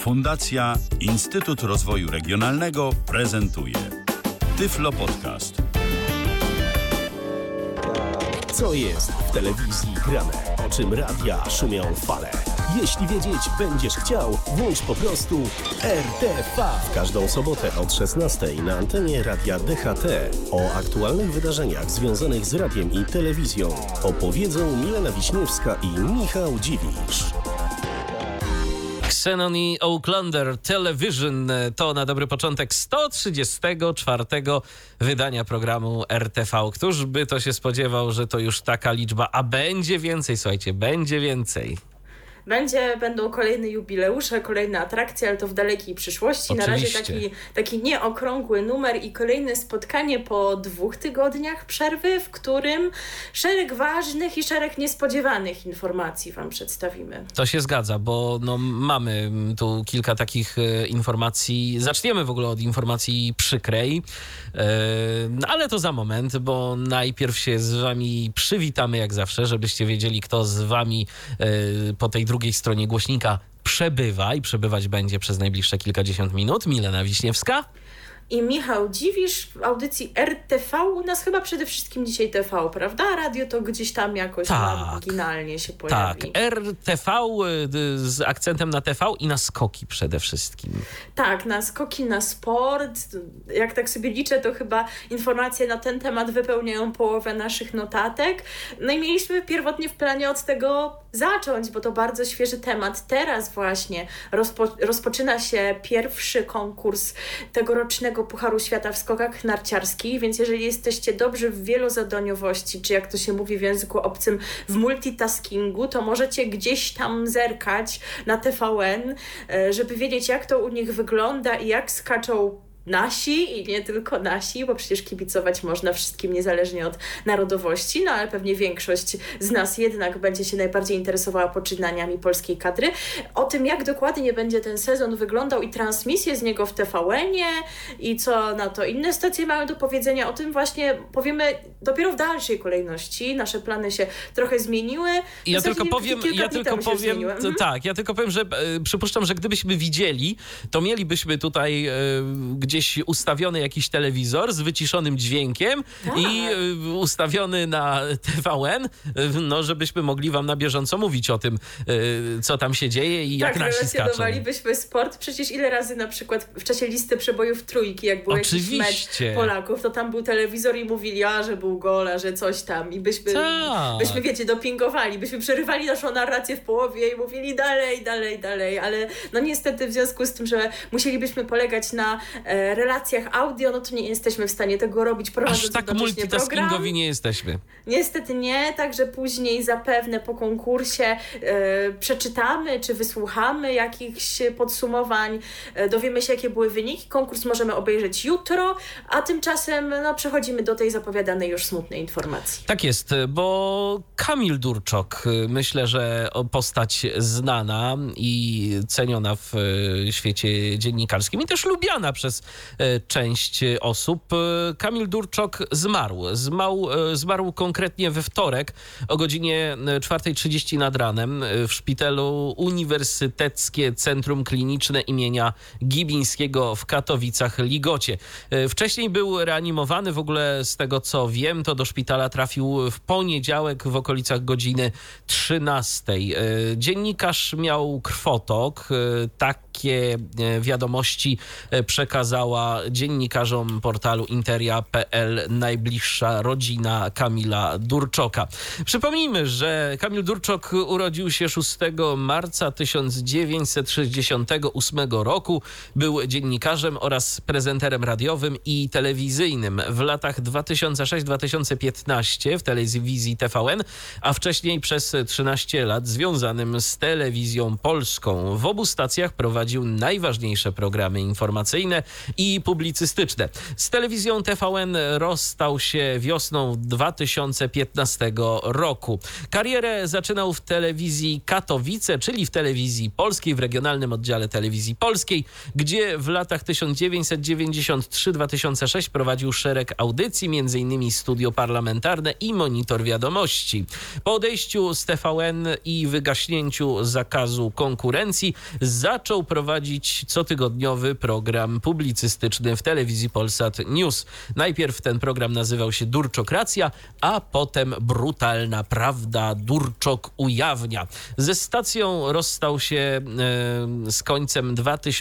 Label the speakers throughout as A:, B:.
A: Fundacja Instytut Rozwoju Regionalnego prezentuje Tyflo Podcast.
B: Co jest w telewizji grane? O czym radia szumią fale? Jeśli wiedzieć będziesz chciał, włącz po prostu RTV. W każdą sobotę od 16 na antenie Radia DHT. O aktualnych wydarzeniach związanych z radiem i telewizją opowiedzą Milena Wiśniewska i Michał Dziwisz.
C: Xenon i Oaklander Television to na dobry początek 134 wydania programu RTV. Któż by to się spodziewał, że to już taka liczba, a będzie więcej, słuchajcie, będzie więcej.
D: Będą kolejne jubileusze, kolejne atrakcje, ale to w dalekiej przyszłości.
C: Oczywiście.
D: Na razie taki nieokrągły numer i kolejne spotkanie po 2 tygodniach przerwy, w którym szereg ważnych i szereg niespodziewanych informacji Wam przedstawimy.
C: To się zgadza, bo mamy tu kilka takich informacji. Zaczniemy w ogóle od informacji przykrej, ale to za moment, bo najpierw się z Wami przywitamy jak zawsze, żebyście wiedzieli, kto z Wami po tej drugiej stronie głośnika przebywa i przebywać będzie przez najbliższe kilkadziesiąt minut. Milena Wiśniewska
D: i Michał Dziwisz w audycji RTV. U nas chyba przede wszystkim dzisiaj TV, prawda? Radio to gdzieś tam jakoś marginalnie się pojawi.
C: Tak, RTV z akcentem na TV i na skoki przede wszystkim.
D: Tak, na skoki, na sport. Jak tak sobie liczę, to chyba informacje na ten temat wypełniają połowę naszych notatek. No i mieliśmy pierwotnie w planie od tego zacząć, bo to bardzo świeży temat. Teraz właśnie rozpoczyna się pierwszy konkurs tegorocznego Pucharu Świata w skokach narciarskich, więc jeżeli jesteście dobrzy w wielozadaniowości, czy jak to się mówi w języku obcym, w multitaskingu, to możecie gdzieś tam zerkać na TVN, żeby wiedzieć, jak to u nich wygląda i jak skaczą nasi i nie tylko nasi, bo przecież kibicować można wszystkim niezależnie od narodowości, no ale pewnie większość z nas jednak będzie się najbardziej interesowała poczynaniami polskiej kadry. O tym, jak dokładnie będzie ten sezon wyglądał i transmisje z niego w TVN-ie i co na to inne stacje mają do powiedzenia, o tym właśnie powiemy dopiero w dalszej kolejności. Nasze plany się trochę zmieniły.
C: Ja tylko powiem, że przypuszczam, że gdybyśmy widzieli, to mielibyśmy tutaj gdzieś ustawiony jakiś telewizor z wyciszonym dźwiękiem i ustawiony na TVN, żebyśmy mogli wam na bieżąco mówić o tym, co tam się dzieje i jak nasi skaczą.
D: Relacjonowalibyśmy sport. Przecież ile razy na przykład w czasie listy przebojów trójki, jak był jakiś mecz Polaków, to tam był telewizor i mówili, że był gol, że coś tam i byśmy wiecie, dopingowali, byśmy przerywali naszą narrację w połowie i mówili dalej, ale niestety w związku z tym, że musielibyśmy polegać na relacjach audio, no to nie jesteśmy w stanie tego robić, prowadząc
C: aż tak multitaskingowi nie jesteśmy.
D: Niestety nie, także później zapewne po konkursie przeczytamy, czy wysłuchamy jakichś podsumowań, dowiemy się, jakie były wyniki. Konkurs możemy obejrzeć jutro, a tymczasem przechodzimy do tej zapowiadanej już smutnej informacji.
C: Tak jest, bo Kamil Durczok, myślę, że postać znana i ceniona w świecie dziennikarskim i też lubiana przez część osób. Kamil Durczok zmarł konkretnie we wtorek o godzinie 4:30 nad ranem w szpitalu Uniwersyteckie Centrum Kliniczne imienia Gibińskiego w Katowicach-Ligocie. Wcześniej był reanimowany, w ogóle z tego co wiem, to do szpitala trafił w poniedziałek w okolicach godziny 13. Dziennikarz miał krwotok, takie wiadomości przekazała dziennikarzom portalu interia.pl najbliższa rodzina Kamila Durczoka. Przypomnijmy, że Kamil Durczok urodził się 6 marca 1968 roku. Był dziennikarzem oraz prezenterem radiowym i telewizyjnym w latach 2006-2015 w telewizji TVN, a wcześniej przez 13 lat związanym z telewizją polską. W obu stacjach prowadził najważniejsze programy informacyjne i publicystyczne. Z telewizją TVN rozstał się wiosną 2015 roku. Karierę zaczynał w telewizji Katowice, czyli w telewizji polskiej, w regionalnym oddziale telewizji polskiej, gdzie w latach 1993-2006 prowadził szereg audycji, m.in. Studio Parlamentarne i Monitor Wiadomości. Po odejściu z TVN i wygaśnięciu zakazu konkurencji zaczął prowadzić prowadzić cotygodniowy program publicystyczny w telewizji Polsat News. Najpierw ten program nazywał się Durczokracja, a potem Brutalna Prawda. Durczok ujawnia. Ze stacją rozstał się z końcem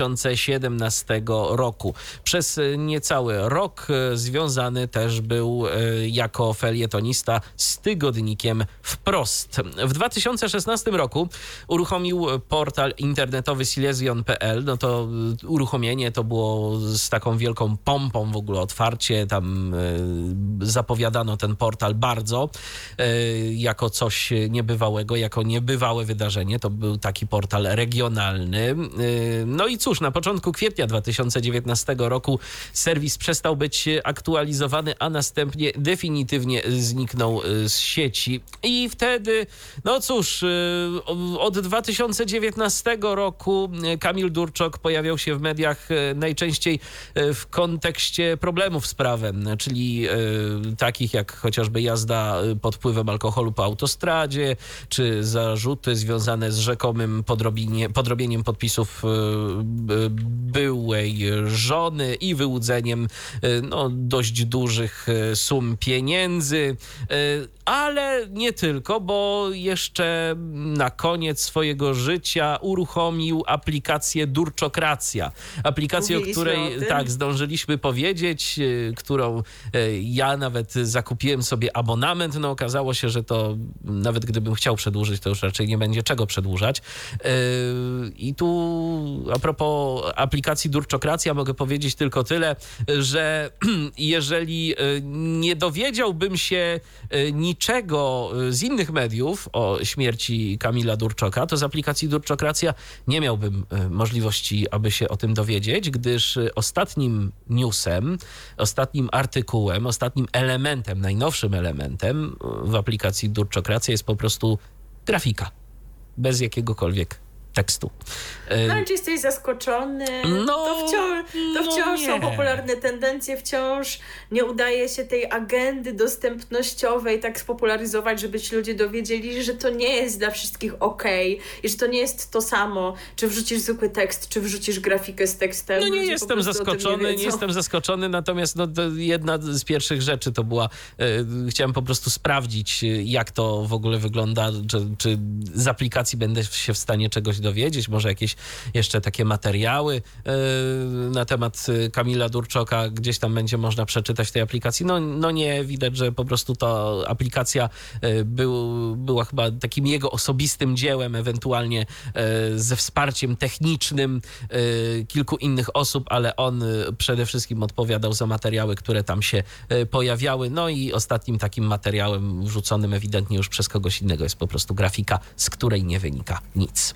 C: 2017 roku. Przez niecały rok związany też był jako felietonista z tygodnikiem Wprost. W 2016 roku uruchomił portal internetowy Silesion.pl. No to uruchomienie to było z taką wielką pompą, w ogóle otwarcie. Tam zapowiadano ten portal bardzo jako coś niebywałego, jako niebywałe wydarzenie. To był taki portal regionalny. No i cóż, na początku kwietnia 2019 roku serwis przestał być aktualizowany, a następnie definitywnie zniknął z sieci. I wtedy, no cóż, od 2019 roku Kamil Durczok pojawiał się w mediach najczęściej w kontekście problemów z prawem, czyli takich jak chociażby jazda pod wpływem alkoholu po autostradzie, czy zarzuty związane z rzekomym podrobieniem podpisów byłej żony i wyłudzeniem dość dużych sum pieniędzy, ale nie tylko, bo jeszcze na koniec swojego życia uruchomił aplikację Durczokracja. Aplikację, o której zdążyliśmy powiedzieć, którą ja nawet zakupiłem sobie abonament. No okazało się, że to nawet gdybym chciał przedłużyć, to już raczej nie będzie czego przedłużać. I tu a propos aplikacji Durczokracja mogę powiedzieć tylko tyle, że jeżeli nie dowiedziałbym się niczego z innych mediów o śmierci Kamila Durczoka, to z aplikacji Durczokracja nie miałbym możliwości, aby się o tym dowiedzieć, gdyż ostatnim newsem, ostatnim artykułem, ostatnim elementem, najnowszym elementem w aplikacji Durczokracja jest po prostu grafika. Bez jakiegokolwiek tekstu.
D: No ale czy jesteś zaskoczony? To wciąż są popularne tendencje, wciąż nie udaje się tej agendy dostępnościowej tak spopularyzować, żeby ci ludzie dowiedzieli, że to nie jest dla wszystkich okej i że to nie jest to samo, czy wrzucisz zwykły tekst, czy wrzucisz grafikę z tekstem.
C: No nie jestem zaskoczony, natomiast jedna z pierwszych rzeczy to była, chciałem po prostu sprawdzić, jak to w ogóle wygląda, czy z aplikacji będę się w stanie czegoś dowiedzieć, może jakieś jeszcze takie materiały na temat Kamila Durczoka gdzieś tam będzie można przeczytać w tej aplikacji. No nie, widać, że po prostu ta aplikacja była chyba takim jego osobistym dziełem, ewentualnie ze wsparciem technicznym kilku innych osób, ale on przede wszystkim odpowiadał za materiały, które tam się pojawiały. No i ostatnim takim materiałem wrzuconym ewidentnie już przez kogoś innego jest po prostu grafika, z której nie wynika nic.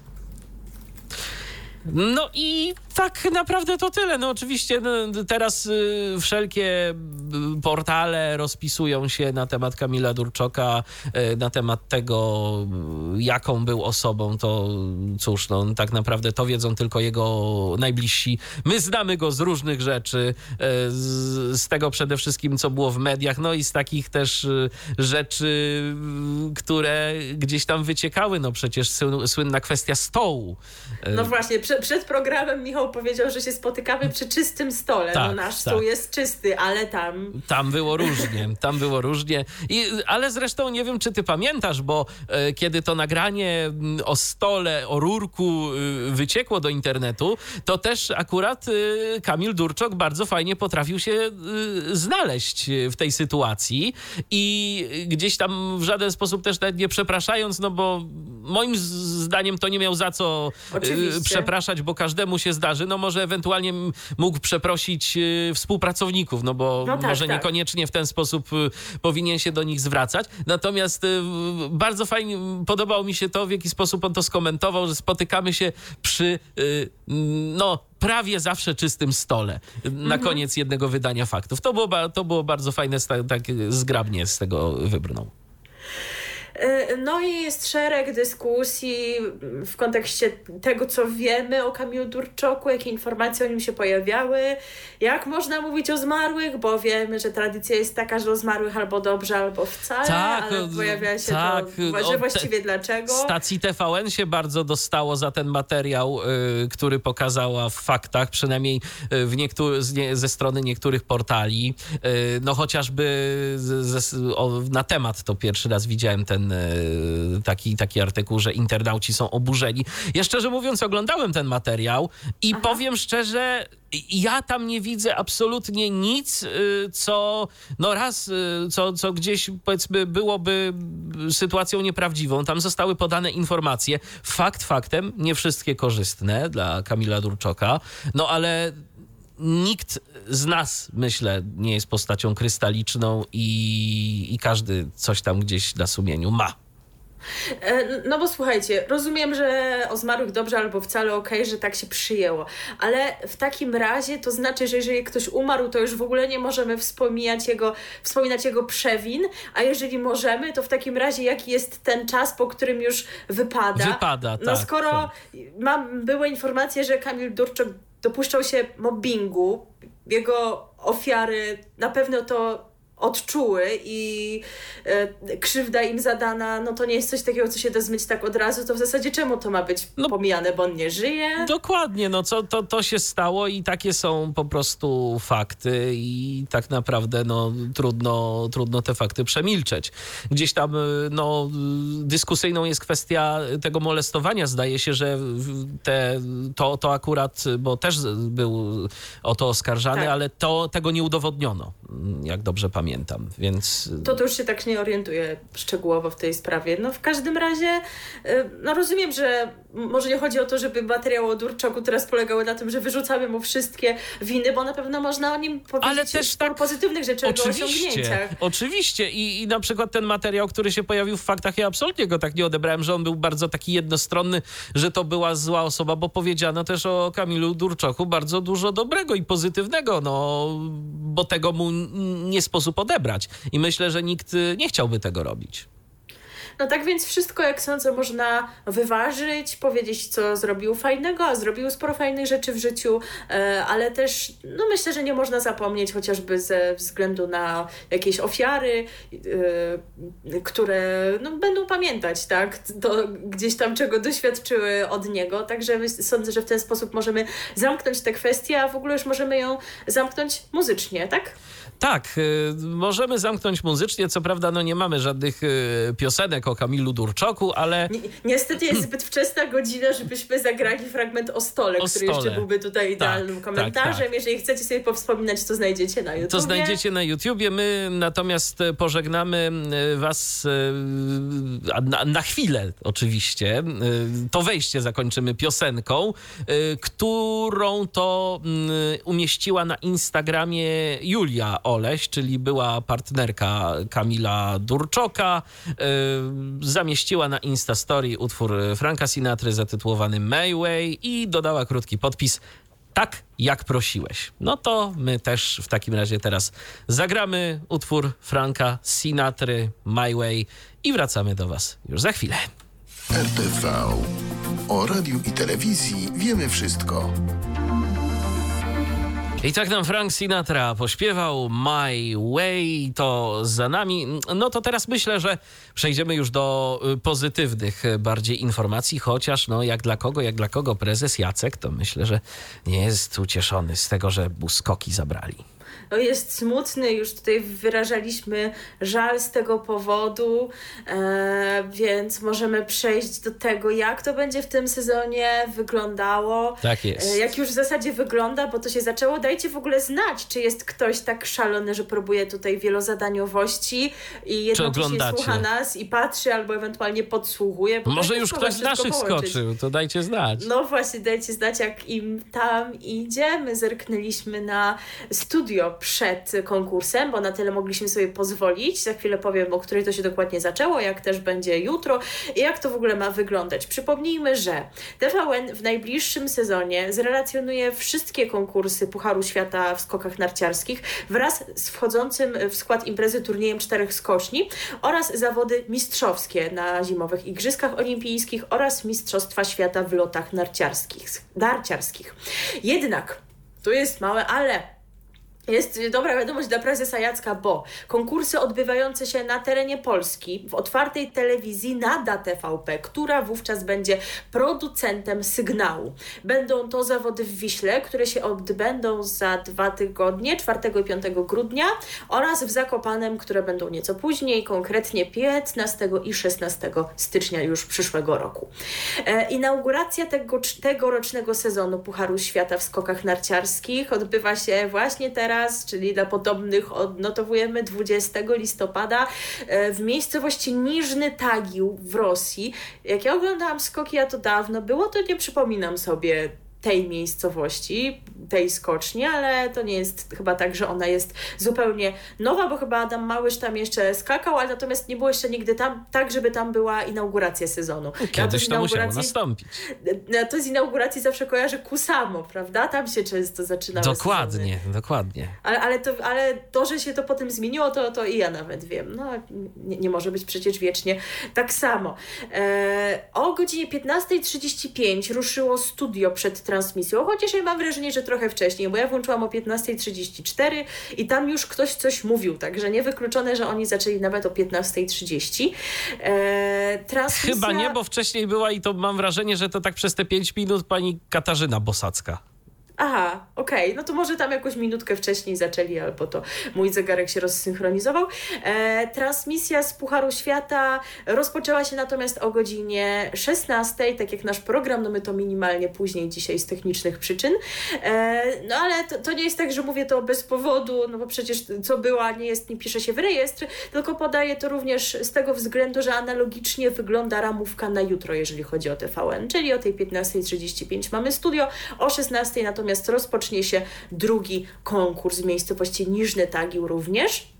C: No i tak naprawdę to tyle. No oczywiście teraz wszelkie portale rozpisują się na temat Kamila Durczoka, na temat tego, jaką był osobą. To cóż, tak naprawdę to wiedzą tylko jego najbliżsi. My znamy go z różnych rzeczy, z tego przede wszystkim, co było w mediach, no i z takich też rzeczy, które gdzieś tam wyciekały. No przecież słynna kwestia stołu. No
D: właśnie, przed programem Michał powiedział, że się spotykamy przy czystym stole.
C: Tak,
D: nasz stół jest czysty, ale
C: tam było różnie. Ale zresztą nie wiem, czy ty pamiętasz, bo kiedy to nagranie o stole, o rurku wyciekło do internetu, to też akurat Kamil Durczok bardzo fajnie potrafił się znaleźć w tej sytuacji i gdzieś tam w żaden sposób też nie przepraszając, no bo moim zdaniem to nie miał za co przepraszać, bo każdemu się zdarzy. No może ewentualnie mógł przeprosić współpracowników, no bo może niekoniecznie w ten sposób powinien się do nich zwracać. Natomiast bardzo fajnie podobało mi się to, w jaki sposób on to skomentował, że spotykamy się przy prawie zawsze czystym stole na koniec jednego wydania faktów. To było bardzo fajne, tak zgrabnie z tego wybrnął.
D: No i jest szereg dyskusji w kontekście tego, co wiemy o Kamilu Durczoku, jakie informacje o nim się pojawiały, jak można mówić o zmarłych, bo wiemy, że tradycja jest taka, że o zmarłych albo dobrze, albo wcale, ale pojawia się to, że właściwie dlaczego.
C: Stacji TVN się bardzo dostało za ten materiał, który pokazała w faktach, przynajmniej ze strony niektórych portali. No chociażby na temat to pierwszy raz widziałem ten taki artykuł, że internauci są oburzeni. Ja szczerze mówiąc oglądałem ten materiał i powiem szczerze, ja tam nie widzę absolutnie nic, co gdzieś powiedzmy byłoby sytuacją nieprawdziwą. Tam zostały podane informacje, faktem, nie wszystkie korzystne dla Kamila Durczoka, no ale nikt z nas, myślę, nie jest postacią krystaliczną i każdy coś tam gdzieś na sumieniu ma.
D: No bo słuchajcie, rozumiem, że o zmarłych dobrze albo wcale okej, że tak się przyjęło, ale w takim razie to znaczy, że jeżeli ktoś umarł, to już w ogóle nie możemy wspominać jego przewin, a jeżeli możemy, to w takim razie jaki jest ten czas, po którym już wypada?
C: No
D: skoro były informacje, że Kamil Durczok dopuszczał się mobbingu, jego ofiary na pewno to odczuły i krzywda im zadana, no to nie jest coś takiego, co się da zmyć tak od razu, to w zasadzie czemu to ma być pomijane, bo on nie żyje?
C: Dokładnie, to się stało i takie są po prostu fakty i tak naprawdę trudno te fakty przemilczeć. Gdzieś tam dyskusyjną jest kwestia tego molestowania. Zdaje się, że to akurat, bo też był o to oskarżany, tak. Ale tego nie udowodniono, jak dobrze pamiętam, więc... To
D: już się tak nie orientuję szczegółowo w tej sprawie. No w każdym razie, rozumiem, że może nie chodzi o to, żeby materiał o Durczoku teraz polegały na tym, że wyrzucamy mu wszystkie winy, bo na pewno można o nim powiedzieć, ale też pozytywnych rzeczy, o osiągnięciach.
C: Oczywiście i na przykład ten materiał, który się pojawił w faktach, ja absolutnie go tak nie odebrałem, że on był bardzo taki jednostronny, że to była zła osoba, bo powiedziano też o Kamilu Durczoku bardzo dużo dobrego i pozytywnego, bo tego mu nie sposób odebrać. I myślę, że nikt nie chciałby tego robić.
D: No tak więc wszystko, jak sądzę, można wyważyć, powiedzieć, co zrobił fajnego, a zrobił sporo fajnych rzeczy w życiu, ale też myślę, że nie można zapomnieć chociażby ze względu na jakieś ofiary, które będą pamiętać, tak, to gdzieś tam czego doświadczyły od niego, także sądzę, że w ten sposób możemy zamknąć tę kwestię, a w ogóle już możemy ją zamknąć muzycznie, tak?
C: Tak, możemy zamknąć muzycznie, co prawda nie mamy żadnych piosenek o Kamilu Durczoku, ale...
D: Niestety jest zbyt wczesna godzina, żebyśmy zagrali fragment o stole, który jeszcze byłby tutaj idealnym komentarzem. Tak. Jeżeli chcecie sobie powspominać, to znajdziecie na YouTubie.
C: To znajdziecie na YouTubie. My natomiast pożegnamy was na chwilę oczywiście. To wejście zakończymy piosenką, którą to umieściła na Instagramie Julia Oleś, czyli była partnerka Kamila Durczoka, zamieściła na Instastory utwór Franka Sinatry zatytułowany My Way i dodała krótki podpis: tak jak prosiłeś. No to my też w takim razie teraz zagramy utwór Franka Sinatry My Way i wracamy do was już za chwilę.
E: RTV. O radiu i telewizji wiemy wszystko.
C: I tak nam Frank Sinatra pośpiewał My Way, to za nami. No to teraz myślę, że przejdziemy już do pozytywnych bardziej informacji, chociaż jak dla kogo prezes Jacek, to myślę, że nie jest ucieszony z tego, że mu skoki zabrali.
D: Jest smutny, już tutaj wyrażaliśmy żal z tego powodu, więc możemy przejść do tego, jak to będzie w tym sezonie wyglądało.
C: Tak jest.
D: Jak już w zasadzie wygląda, bo to się zaczęło. Dajcie w ogóle znać, czy jest ktoś tak szalony, że próbuje tutaj wielozadaniowości i jednocześnie słucha nas i patrzy, albo ewentualnie podsłuchuje.
C: Może już ktoś z naszych skoczył, to dajcie znać.
D: No właśnie, dajcie znać, jak im tam idzie. My zerknęliśmy na studio studio przed konkursem, bo na tyle mogliśmy sobie pozwolić. Za chwilę powiem, o której to się dokładnie zaczęło, jak też będzie jutro i jak to w ogóle ma wyglądać. Przypomnijmy, że TVN w najbliższym sezonie zrelacjonuje wszystkie konkursy Pucharu Świata w skokach narciarskich wraz z wchodzącym w skład imprezy turniejem 4 skoczni oraz zawody mistrzowskie na zimowych Igrzyskach Olimpijskich oraz Mistrzostwa Świata w lotach narciarskich. Jednak, tu jest małe ale. Jest dobra wiadomość dla prezesa Jacka, bo konkursy odbywające się na terenie Polski w otwartej telewizji nada TVP, która wówczas będzie producentem sygnału. Będą to zawody w Wiśle, które się odbędą za 2 tygodnie, 4 i 5 grudnia oraz w Zakopanem, które będą nieco później, konkretnie 15 i 16 stycznia już przyszłego roku. Inauguracja tegorocznego sezonu Pucharu Świata w skokach narciarskich odbywa się właśnie teraz, czyli dla podobnych odnotowujemy 20 listopada w miejscowości Niżny Tagił w Rosji. Jak ja oglądałam skoki, a to dawno było, to nie przypominam sobie tej miejscowości, tej skoczni, ale to nie jest chyba tak, że ona jest zupełnie nowa, bo chyba Adam Małysz tam jeszcze skakał, ale natomiast nie było jeszcze nigdy tam tak, żeby tam była inauguracja sezonu.
C: Kiedyś to musiało nastąpić.
D: To z inauguracji zawsze kojarzę Kusamo, prawda? Tam się często zaczynały
C: Dokładnie.
D: Ale to, że się to potem zmieniło, to i ja nawet wiem. No, nie może być przecież wiecznie tak samo. O godzinie 15:35 ruszyło studio przed transmisją, chociaż ja mam wrażenie, że trochę wcześniej, bo ja włączyłam o 15:34 i tam już ktoś coś mówił, także niewykluczone, że oni zaczęli nawet o 15:30. Transmisja...
C: Chyba nie, bo wcześniej była i to mam wrażenie, że to tak przez te 5 minut pani Katarzyna Bosacka.
D: Aha, okej, no to może tam jakąś minutkę wcześniej zaczęli, albo to mój zegarek się rozsynchronizował. Transmisja z Pucharu Świata rozpoczęła się natomiast o godzinie 16:00, tak jak nasz program, no my to minimalnie później dzisiaj z technicznych przyczyn. No ale to nie jest tak, że mówię to bez powodu, no bo przecież co była, nie pisze się w rejestr, tylko podaję to również z tego względu, że analogicznie wygląda ramówka na jutro, jeżeli chodzi o TVN, czyli o tej 15:35 mamy studio, o 16:00 natomiast rozpocznie się drugi konkurs w miejscowości Niżny Tagił również.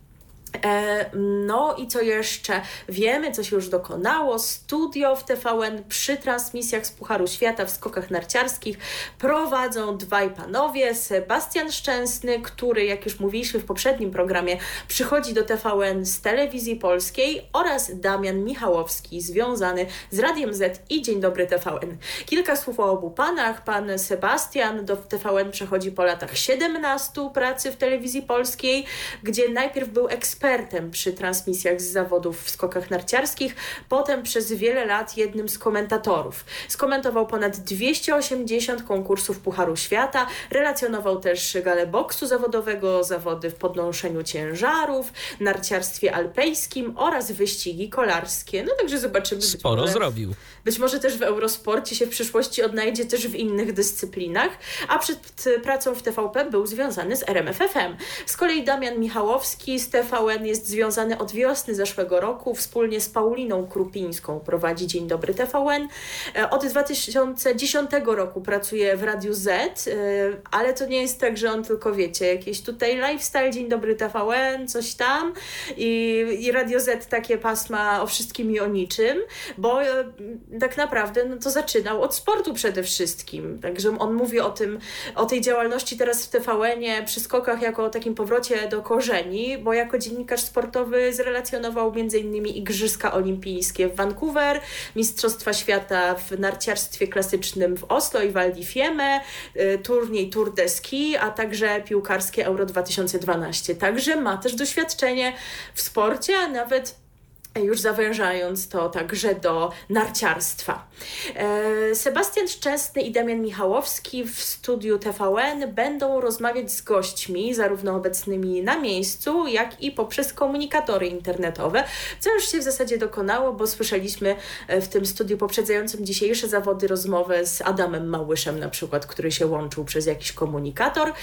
D: No i co jeszcze? Wiemy, co się już dokonało. Studio w TVN przy transmisjach z Pucharu Świata w skokach narciarskich prowadzą dwaj panowie. Sebastian Szczęsny, który, jak już mówiliśmy w poprzednim programie, przychodzi do TVN z Telewizji Polskiej, oraz Damian Michałowski, związany z Radiem Z i Dzień Dobry TVN. Kilka słów o obu panach. Pan Sebastian do TVN przechodzi po latach 17 pracy w Telewizji Polskiej, gdzie najpierw był ekspertem przy transmisjach z zawodów w skokach narciarskich, potem przez wiele lat jednym z komentatorów. Skomentował ponad 280 konkursów Pucharu Świata, relacjonował też galę boksu zawodowego, zawody w podnoszeniu ciężarów, narciarstwie alpejskim oraz wyścigi kolarskie. No także zobaczymy.
C: Sporo zrobił.
D: Być może też w Eurosporcie się w przyszłości odnajdzie też w innych dyscyplinach, a przed pracą w TVP był związany z RMF FM. Z kolei Damian Michałowski z TVN jest związany od wiosny zeszłego roku. Wspólnie z Pauliną Krupińską prowadzi Dzień Dobry TVN. Od 2010 roku pracuje w Radiu Z, ale to nie jest tak, że on tylko, wiecie, jakieś tutaj lifestyle, Dzień Dobry TVN, coś tam i Radio Z takie pasma o wszystkim i o niczym, bo tak naprawdę no to zaczynał od sportu przede wszystkim. Także on mówi o tej działalności teraz w TVN-ie przy skokach jako o takim powrocie do korzeni, bo jako dziennikarz sportowy zrelacjonował m.in. Igrzyska Olimpijskie w Vancouver, Mistrzostwa Świata w narciarstwie klasycznym w Oslo i Val di Fiemme, turniej Tour de Ski, a także piłkarskie Euro 2012. Także ma też doświadczenie w sporcie, a nawet już zawężając to także do narciarstwa. Sebastian Szczęsny i Damian Michałowski w studiu TVN będą rozmawiać z gośćmi, zarówno obecnymi na miejscu, jak i poprzez komunikatory internetowe, co już się w zasadzie dokonało, bo słyszeliśmy w tym studiu poprzedzającym dzisiejsze zawody rozmowę z Adamem Małyszem na przykład, który się łączył przez jakiś komunikator.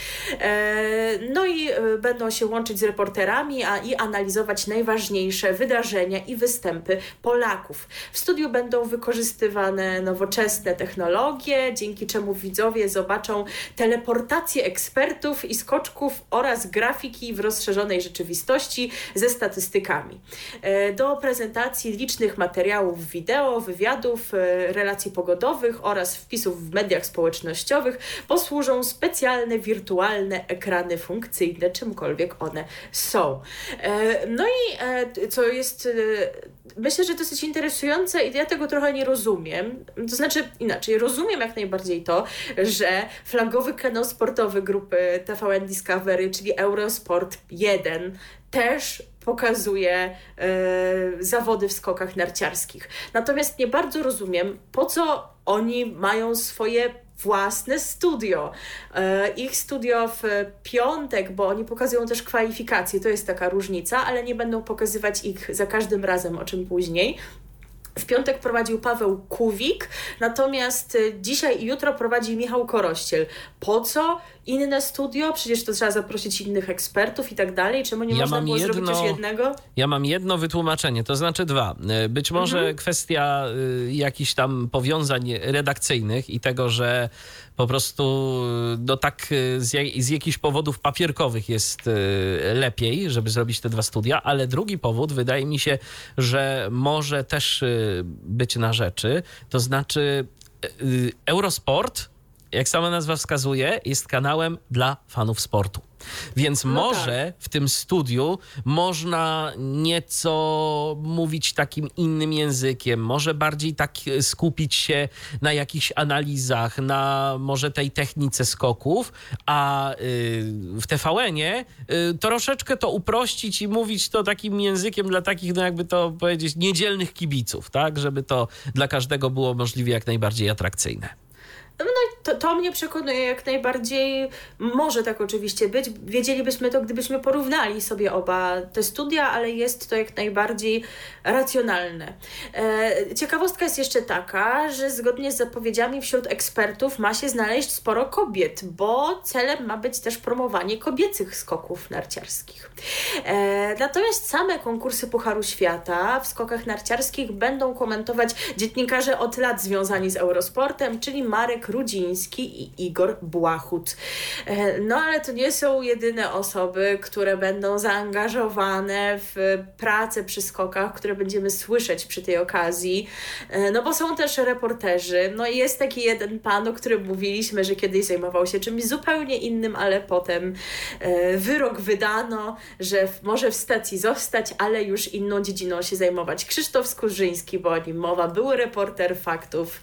D: No i będą się łączyć z reporterami i analizować najważniejsze wydarzenia i występy Polaków. W studiu będą wykorzystywane nowoczesne technologie, dzięki czemu widzowie zobaczą teleportację ekspertów i skoczków oraz grafiki w rozszerzonej rzeczywistości ze statystykami. Do prezentacji licznych materiałów wideo, wywiadów, relacji pogodowych oraz wpisów w mediach społecznościowych posłużą specjalne wirtualne ekrany funkcyjne, czymkolwiek one są. No i co jest, myślę, że dosyć interesujące i ja tego trochę nie rozumiem. To znaczy inaczej, rozumiem jak najbardziej to, że flagowy kanał sportowy grupy TVN Discovery, czyli Eurosport 1, też pokazuje zawody w skokach narciarskich. Natomiast nie bardzo rozumiem, po co oni mają swoje własne studio. Ich studio w piątek, bo oni pokazują też kwalifikacje, to jest taka różnica, ale nie będą pokazywać ich za każdym razem, o czym później. W piątek prowadził Paweł Kuwik, natomiast dzisiaj i jutro prowadzi Michał Korościel. Po co inne studio? Przecież to trzeba zaprosić innych ekspertów i tak dalej. Czemu nie można było zrobić już jednego?
C: Ja mam jedno wytłumaczenie, to znaczy dwa. Być może kwestia jakichś tam powiązań redakcyjnych i tego, że po prostu tak z jakichś powodów papierkowych jest lepiej, żeby zrobić te dwa studia, ale drugi powód wydaje mi się, że może też być na rzeczy, to znaczy Eurosport, jak sama nazwa wskazuje, jest kanałem dla fanów sportu. Więc może w tym studiu można nieco mówić takim innym językiem, może bardziej tak skupić się na jakichś analizach, na może tej technice skoków, a w TVN-ie troszeczkę to uprościć i mówić to takim językiem dla takich, no jakby to powiedzieć, niedzielnych kibiców, tak? Żeby to dla każdego było możliwie jak najbardziej atrakcyjne.
D: No to mnie przekonuje jak najbardziej, może tak oczywiście być. Wiedzielibyśmy to, gdybyśmy porównali sobie oba te studia, ale jest to jak najbardziej racjonalne. Ciekawostka jest jeszcze taka, że zgodnie z zapowiedziami wśród ekspertów ma się znaleźć sporo kobiet, bo celem ma być też promowanie kobiecych skoków narciarskich. Natomiast same konkursy Pucharu Świata w skokach narciarskich będą komentować dziennikarze od lat związani z Eurosportem, czyli Marek Rudziński i Igor Błachut. No ale to nie są jedyne osoby, które będą zaangażowane w pracę przy skokach, które będziemy słyszeć przy tej okazji, no bo są też reporterzy. No i jest taki jeden pan, o którym mówiliśmy, że kiedyś zajmował się czymś zupełnie innym, ale potem wyrok wydano, że może w stacji zostać, ale już inną dziedziną się zajmować. Krzysztof Skurzyński, bo o nim mowa, był reporter faktów,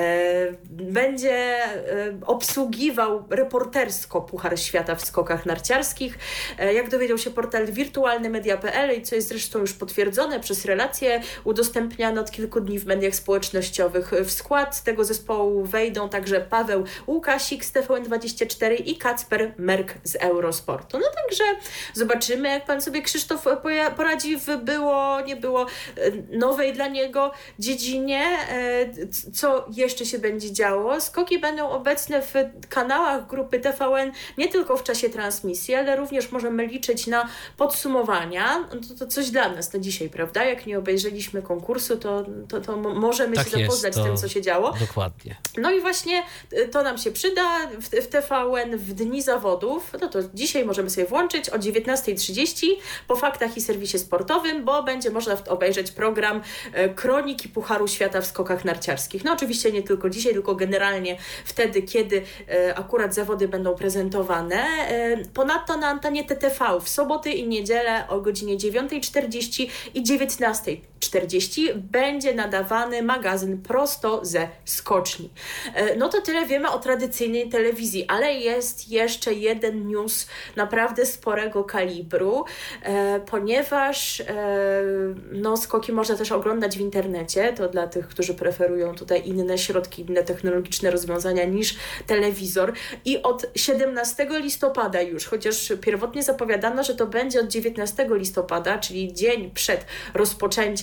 D: będzie obsługiwał reportersko Puchar Świata w skokach narciarskich. Jak dowiedział się portal wirtualnymedia.pl i co jest zresztą już potwierdzone przez relacje udostępniane od kilku dni w mediach społecznościowych. W skład tego zespołu wejdą także Paweł Łukasik z TVN24 i Kacper Merk z Eurosportu. No także zobaczymy, jak pan sobie Krzysztof poradzi w nie było nowej dla niego dziedzinie, co jeszcze się będzie działo. Skoki będą obecne w kanałach grupy TVN nie tylko w czasie transmisji, ale również możemy liczyć na podsumowania. To coś dla nas na dzisiaj, prawda? Jak nie obejrzeliśmy konkursu, to możemy się zapoznać z tym, co się działo.
C: Dokładnie.
D: No i właśnie to nam się przyda w TVN w dni zawodów. No to dzisiaj możemy sobie włączyć o 19:30 po Faktach i Serwisie Sportowym, bo będzie można obejrzeć program Kroniki Pucharu Świata w skokach narciarskich. No oczywiście nie tylko dzisiaj, tylko generalnie wtedy, kiedy akurat zawody będą prezentowane. Ponadto na antenie TTV w soboty i niedzielę o godzinie 9:40 i 19:40 będzie nadawany magazyn prosto ze skoczni. No to tyle wiemy o tradycyjnej telewizji, ale jest jeszcze jeden news naprawdę sporego kalibru, ponieważ skoki można też oglądać w internecie, to dla tych, którzy preferują tutaj inne środki, inne technologiczne rozwiązania niż telewizor. I od 17 listopada już, chociaż pierwotnie zapowiadano, że to będzie od 19 listopada, czyli dzień przed rozpoczęciem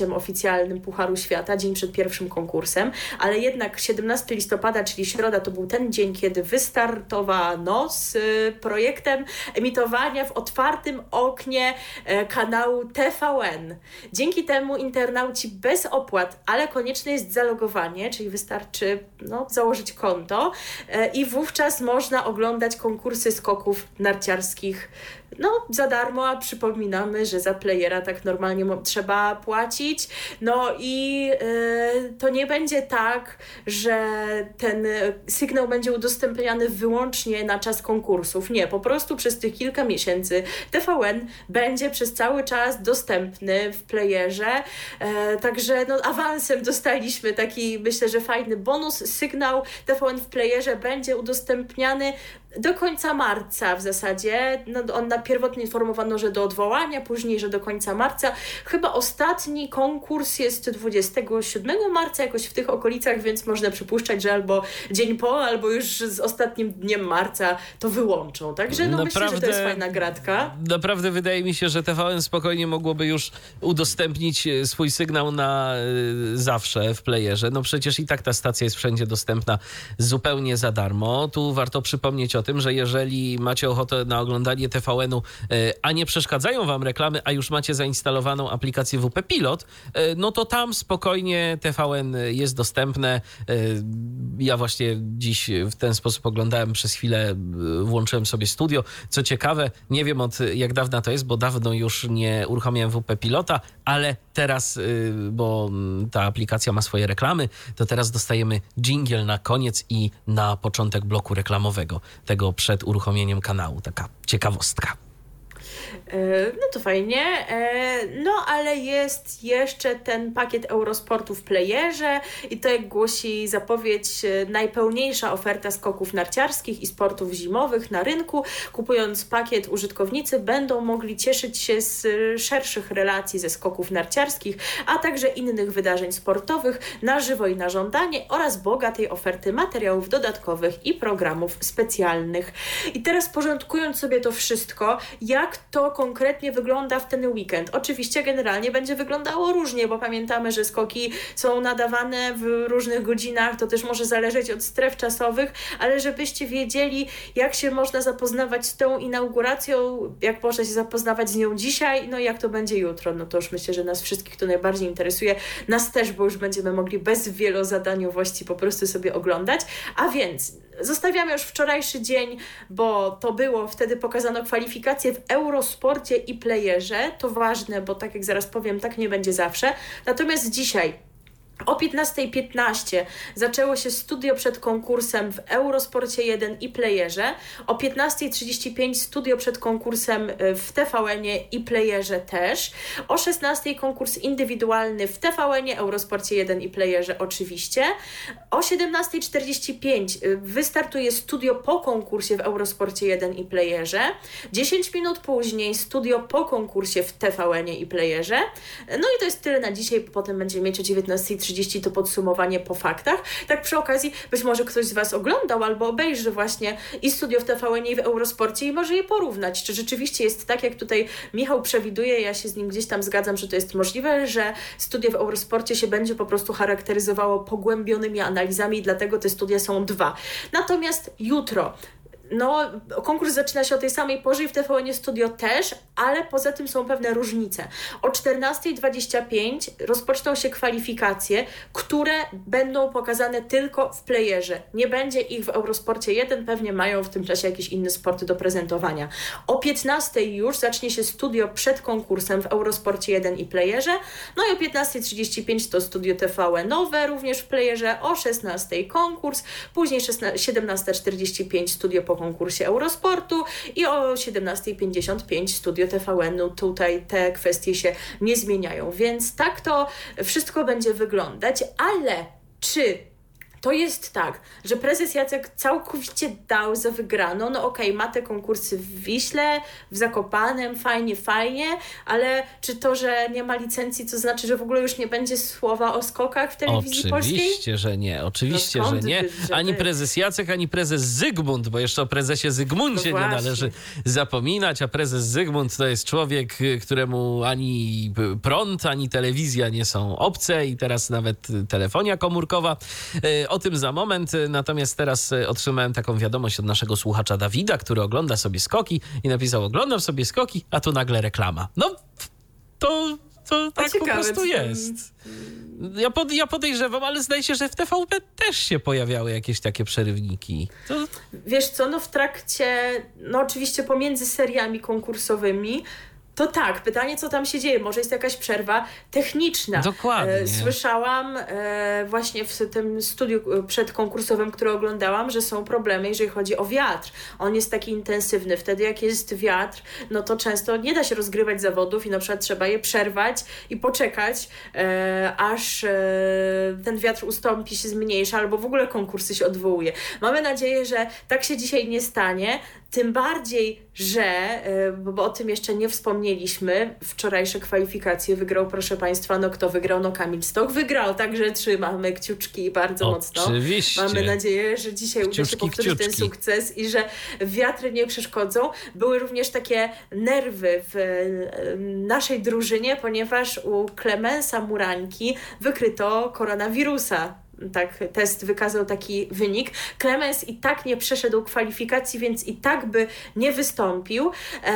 D: meczem oficjalnym Pucharu Świata, dzień przed pierwszym konkursem, ale jednak 17 listopada, czyli środa, to był ten dzień, kiedy wystartowano z projektem emitowania w otwartym oknie kanału TVN. Dzięki temu internauci bez opłat, ale konieczne jest zalogowanie, czyli wystarczy założyć konto i wówczas można oglądać konkursy skoków narciarskich za darmo, a przypominamy, że za playera tak normalnie trzeba płacić. I to nie będzie tak, że ten sygnał będzie udostępniany wyłącznie na czas konkursów. Nie, po prostu przez tych kilka miesięcy TVN będzie przez cały czas dostępny w playerze. Także awansem dostaliśmy taki, myślę, że fajny bonus. Sygnał TVN w playerze będzie udostępniany do końca marca w zasadzie. Pierwotnie informowano, że do odwołania, później, że do końca marca. Chyba ostatni konkurs jest 27 marca, jakoś w tych okolicach, więc można przypuszczać, że albo dzień po, albo już z ostatnim dniem marca to wyłączą. Także myślę, że to jest fajna gratka.
C: Naprawdę wydaje mi się, że TVN spokojnie mogłoby już udostępnić swój sygnał na zawsze w playerze. Przecież i tak ta stacja jest wszędzie dostępna zupełnie za darmo. Tu warto przypomnieć o tym, że jeżeli macie ochotę na oglądanie TVN-u, a nie przeszkadzają wam reklamy, a już macie zainstalowaną aplikację WP Pilot, to tam spokojnie TVN jest dostępne. Ja właśnie dziś w ten sposób oglądałem przez chwilę, włączyłem sobie studio. Co ciekawe, nie wiem od jak dawna to jest, bo dawno już nie uruchamiałem WP Pilota, ale teraz, bo ta aplikacja ma swoje reklamy, to teraz dostajemy dżingiel na koniec i na początek bloku reklamowego, tego przed uruchomieniem kanału. Taka ciekawostka.
D: To fajnie. Ale jest jeszcze ten pakiet Eurosportu w playerze i to, jak głosi zapowiedź, najpełniejsza oferta skoków narciarskich i sportów zimowych na rynku. Kupując pakiet, użytkownicy będą mogli cieszyć się z szerszych relacji ze skoków narciarskich, a także innych wydarzeń sportowych na żywo i na żądanie oraz bogatej oferty materiałów dodatkowych i programów specjalnych. I teraz porządkując sobie to wszystko, jak to konkretnie wygląda w ten weekend. Oczywiście generalnie będzie wyglądało różnie, bo pamiętamy, że skoki są nadawane w różnych godzinach, to też może zależeć od stref czasowych, ale żebyście wiedzieli, jak się można zapoznawać z tą inauguracją, jak można się zapoznawać z nią dzisiaj, jak to będzie jutro. To już myślę, że nas wszystkich to najbardziej interesuje. Nas też, bo już będziemy mogli bez wielozadaniowości po prostu sobie oglądać. A więc zostawiamy już wczorajszy dzień, bo to było, wtedy pokazano kwalifikacje w Eurosporcie i playerze. To ważne, bo tak jak zaraz powiem, tak nie będzie zawsze. Natomiast dzisiaj o 15:15 zaczęło się studio przed konkursem w Eurosporcie 1 i playerze. O 15:35 studio przed konkursem w TVN-ie i playerze też. O 16:00 konkurs indywidualny w TVN-ie, Eurosporcie 1 i playerze oczywiście. O 17:45 wystartuje studio po konkursie w Eurosporcie 1 i playerze. 10 minut później studio po konkursie w TVN-ie i playerze. I to jest tyle na dzisiaj, potem będziemy mieć o 19:30 to podsumowanie po faktach. Tak przy okazji, być może ktoś z Was oglądał albo obejrzy właśnie i studio w TVN-ie i w Eurosporcie i może je porównać. Czy rzeczywiście jest tak, jak tutaj Michał przewiduje, ja się z nim gdzieś tam zgadzam, że to jest możliwe, że studio w Eurosporcie się będzie po prostu charakteryzowało pogłębionymi analizami i dlatego te studia są 2. Natomiast jutro konkurs zaczyna się o tej samej porze i w TVN Studio też, ale poza tym są pewne różnice. O 14:25 rozpoczną się kwalifikacje, które będą pokazane tylko w playerze. Nie będzie ich w Eurosporcie 1, pewnie mają w tym czasie jakieś inne sporty do prezentowania. O 15:00 już zacznie się studio przed konkursem w Eurosporcie 1 i playerze. I o 15:35 to studio TVN-owe, również w playerze. O 16:00 konkurs, później 17:45 studio po konkursie Eurosportu i o 17:55 studio TVN-u. Tutaj te kwestie się nie zmieniają, więc tak to wszystko będzie wyglądać, ale czy To jest tak, że prezes Jacek całkowicie dał za wygraną. No okej, ma te konkursy w Wiśle, w Zakopanem, fajnie, ale czy to, że nie ma licencji, to znaczy, że w ogóle już nie będzie słowa o skokach w telewizji polskiej?
C: Oczywiście, że nie. Oczywiście,
D: No
C: że nie.
D: że
C: Ani
D: ty?
C: prezes Jacek, ani prezes Zygmunt, bo jeszcze o prezesie Zygmuncie
D: No
C: nie
D: właśnie.
C: należy zapominać, a prezes Zygmunt to jest człowiek, któremu ani prąd, ani telewizja nie są obce i teraz nawet telefonia komórkowa. O tym za moment, natomiast teraz otrzymałem taką wiadomość od naszego słuchacza Dawida, który ogląda sobie skoki i napisał: oglądam sobie skoki, a tu nagle reklama. No, to tak po
D: ciekawe,
C: prostu
D: co tam-
C: jest. Ja podejrzewam, ale zdaje się, że w TVP też się pojawiały jakieś takie przerywniki.
D: Wiesz co, no w trakcie, no oczywiście pomiędzy seriami konkursowymi, to tak, pytanie, co tam się dzieje? Może jest jakaś przerwa techniczna.
C: Dokładnie.
D: Słyszałam właśnie w tym studiu przedkonkursowym, które oglądałam, że są problemy, jeżeli chodzi o wiatr. On jest taki intensywny. Wtedy jak jest wiatr, no to często nie da się rozgrywać zawodów i na przykład trzeba je przerwać i poczekać, aż ten wiatr ustąpi, się zmniejsza, albo w ogóle konkursy się odwołuje. Mamy nadzieję, że tak się dzisiaj nie stanie. Tym bardziej, że, bo o tym jeszcze nie wspomnieliśmy, wczorajsze kwalifikacje wygrał, proszę Państwa, no kto wygrał? No Kamil Stoch wygrał, także trzymamy kciuczki bardzo mocno.
C: Oczywiście.
D: Mamy nadzieję, że dzisiaj uda się powtórzyć ten sukces i że wiatry nie przeszkodzą. Były również takie nerwy w naszej drużynie, ponieważ u Klemensa Murańki wykryto koronawirusa. Tak, test wykazał taki wynik. Klemens i tak nie przeszedł kwalifikacji, więc i tak by nie wystąpił.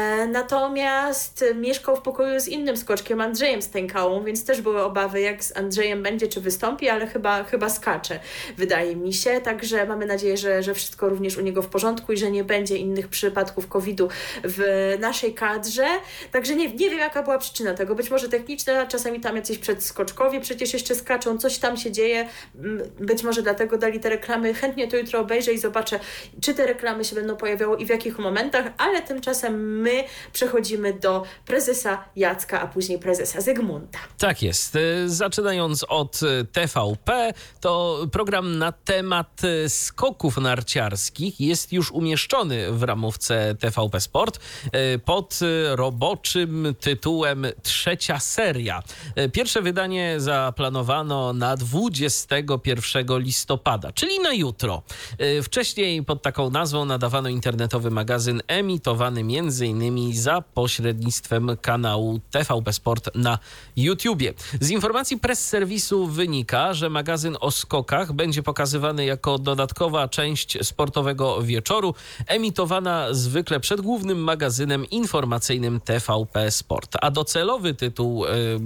D: Natomiast mieszkał w pokoju z innym skoczkiem, Andrzejem Stękałą, więc też były obawy, jak z Andrzejem będzie, czy wystąpi, ale chyba skacze, wydaje mi się. Także mamy nadzieję, że wszystko również u niego w porządku i że nie będzie innych przypadków COVID-u w naszej kadrze. Także nie wiem, jaka była przyczyna tego. Być może techniczna, czasami tam jacyś przedskoczkowie przecież jeszcze skaczą, coś tam się dzieje. Być może dlatego dali te reklamy. Chętnie to jutro obejrzę i zobaczę, czy te reklamy się będą pojawiały i w jakich momentach, ale tymczasem my przechodzimy do prezesa Jacka, a później prezesa Zygmunta.
C: Tak jest. Zaczynając od TVP, to program na temat skoków narciarskich jest już umieszczony w ramówce TVP Sport pod roboczym tytułem Trzecia seria. Pierwsze wydanie zaplanowano na 21 listopada, czyli na jutro. Wcześniej pod taką nazwą nadawano internetowy magazyn emitowany m.in. za pośrednictwem kanału TVP Sport na YouTubie. Z informacji press serwisu wynika, że magazyn o skokach będzie pokazywany jako dodatkowa część sportowego wieczoru, emitowana zwykle przed głównym magazynem informacyjnym TVP Sport. A docelowy tytuł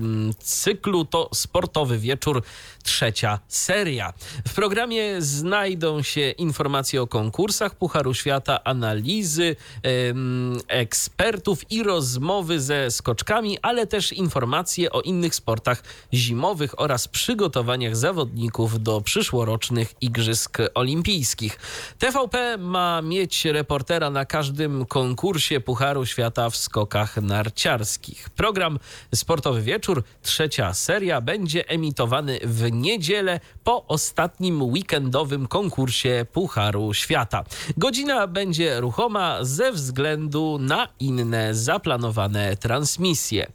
C: cyklu to Sportowy Wieczór Trzecia Seria. W programie znajdą się informacje o konkursach Pucharu Świata, analizy ekspertów i rozmowy ze skoczkami, ale też informacje o innych sportach zimowych oraz przygotowaniach zawodników do przyszłorocznych Igrzysk Olimpijskich. TVP ma mieć reportera na każdym konkursie Pucharu Świata w skokach narciarskich. Program Sportowy Wieczór Trzecia Seria będzie emitowany w niedzielę po ostatnim weekendowym konkursie Pucharu Świata. Godzina będzie ruchoma ze względu na inne zaplanowane transmisje.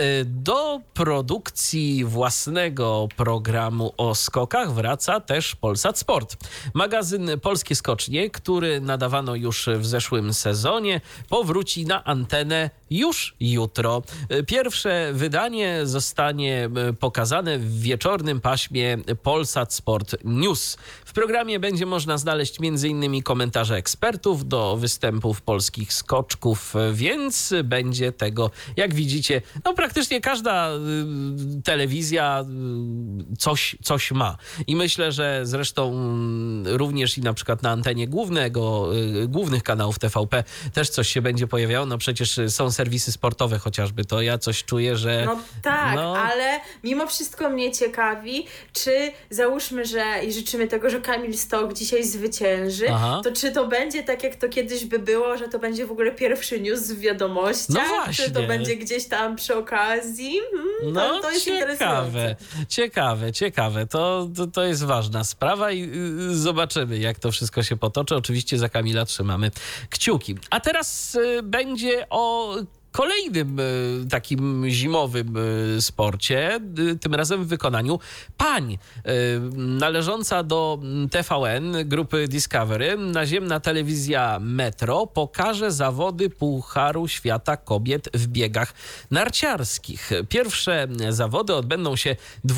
C: Do produkcji własnego programu o skokach wraca też Polsat Sport. Magazyn Polskie Skocznie, który nadawano już w zeszłym sezonie, powróci na antenę już jutro. Pierwsze wydanie zostanie pokazane w wieczornym paśmie Polsat Sport News. W programie będzie można znaleźć m.in. komentarze ekspertów do występów polskich skoczków, więc będzie tego, jak widzicie, no praktycznie każda telewizja coś ma. I myślę, że zresztą również i na przykład na antenie głównych kanałów TVP też coś się będzie pojawiało. No przecież są serwisy sportowe chociażby, to ja coś czuję, że...
D: No tak, ale mimo wszystko mnie ciekawi, czy załóżmy, że i życzymy tego, że Kamil Stoch dzisiaj zwycięży, to czy to będzie tak, jak to kiedyś by było, że to będzie w ogóle pierwszy news w wiadomościach?
C: No właśnie.
D: Czy to będzie gdzieś tam przy okazji? To jest interesujące.
C: Ciekawe. To jest ważna sprawa i zobaczymy, jak to wszystko się potoczy. Oczywiście za Kamila trzymamy kciuki. A teraz będzie o kolejnym takim zimowym sporcie, tym razem w wykonaniu pań. Należąca do TVN, grupy Discovery, naziemna telewizja Metro pokaże zawody Pucharu Świata Kobiet w biegach narciarskich. Pierwsze zawody odbędą się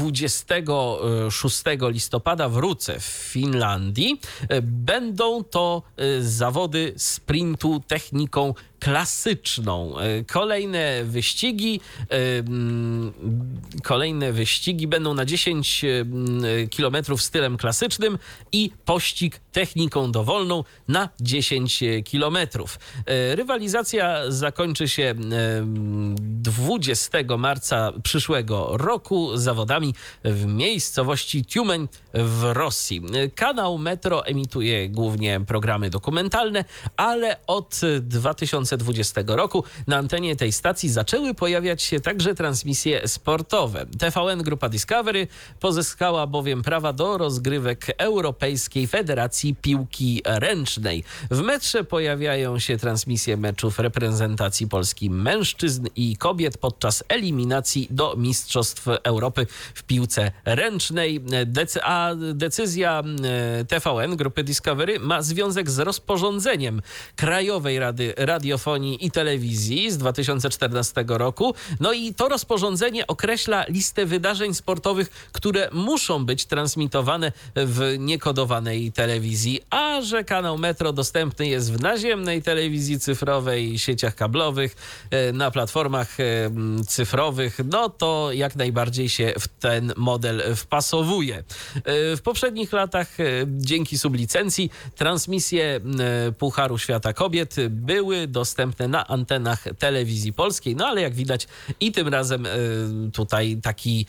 C: 26 listopada w Ruce w Finlandii. Będą to zawody sprintu techniką klasyczną. Kolejne wyścigi będą na 10 km stylem klasycznym i pościg techniką dowolną na 10 km. Rywalizacja zakończy się 20 marca przyszłego roku zawodami w miejscowości Tiumen w Rosji. Kanał Metro emituje głównie programy dokumentalne, ale od 2020 roku na antenie tej stacji zaczęły pojawiać się także transmisje sportowe. TVN Grupa Discovery pozyskała bowiem prawa do rozgrywek Europejskiej Federacji Piłki Ręcznej. W metrze pojawiają się transmisje meczów reprezentacji Polski mężczyzn i kobiet podczas eliminacji do Mistrzostw Europy w piłce ręcznej. Decyzja TVN Grupy Discovery ma związek z rozporządzeniem Krajowej Rady Radiofonii i Telewizji z 2014 roku. No i to rozporządzenie określa listę wydarzeń sportowych, które muszą być transmitowane w niekodowanej telewizji, a że kanał Metro dostępny jest w naziemnej telewizji cyfrowej, sieciach kablowych, na platformach cyfrowych, no to jak najbardziej się w ten model wpasowuje. W poprzednich latach dzięki sublicencji transmisje Pucharu Świata Kobiet były dostępne na antenach telewizji polskiej, no ale jak widać i tym razem tutaj taki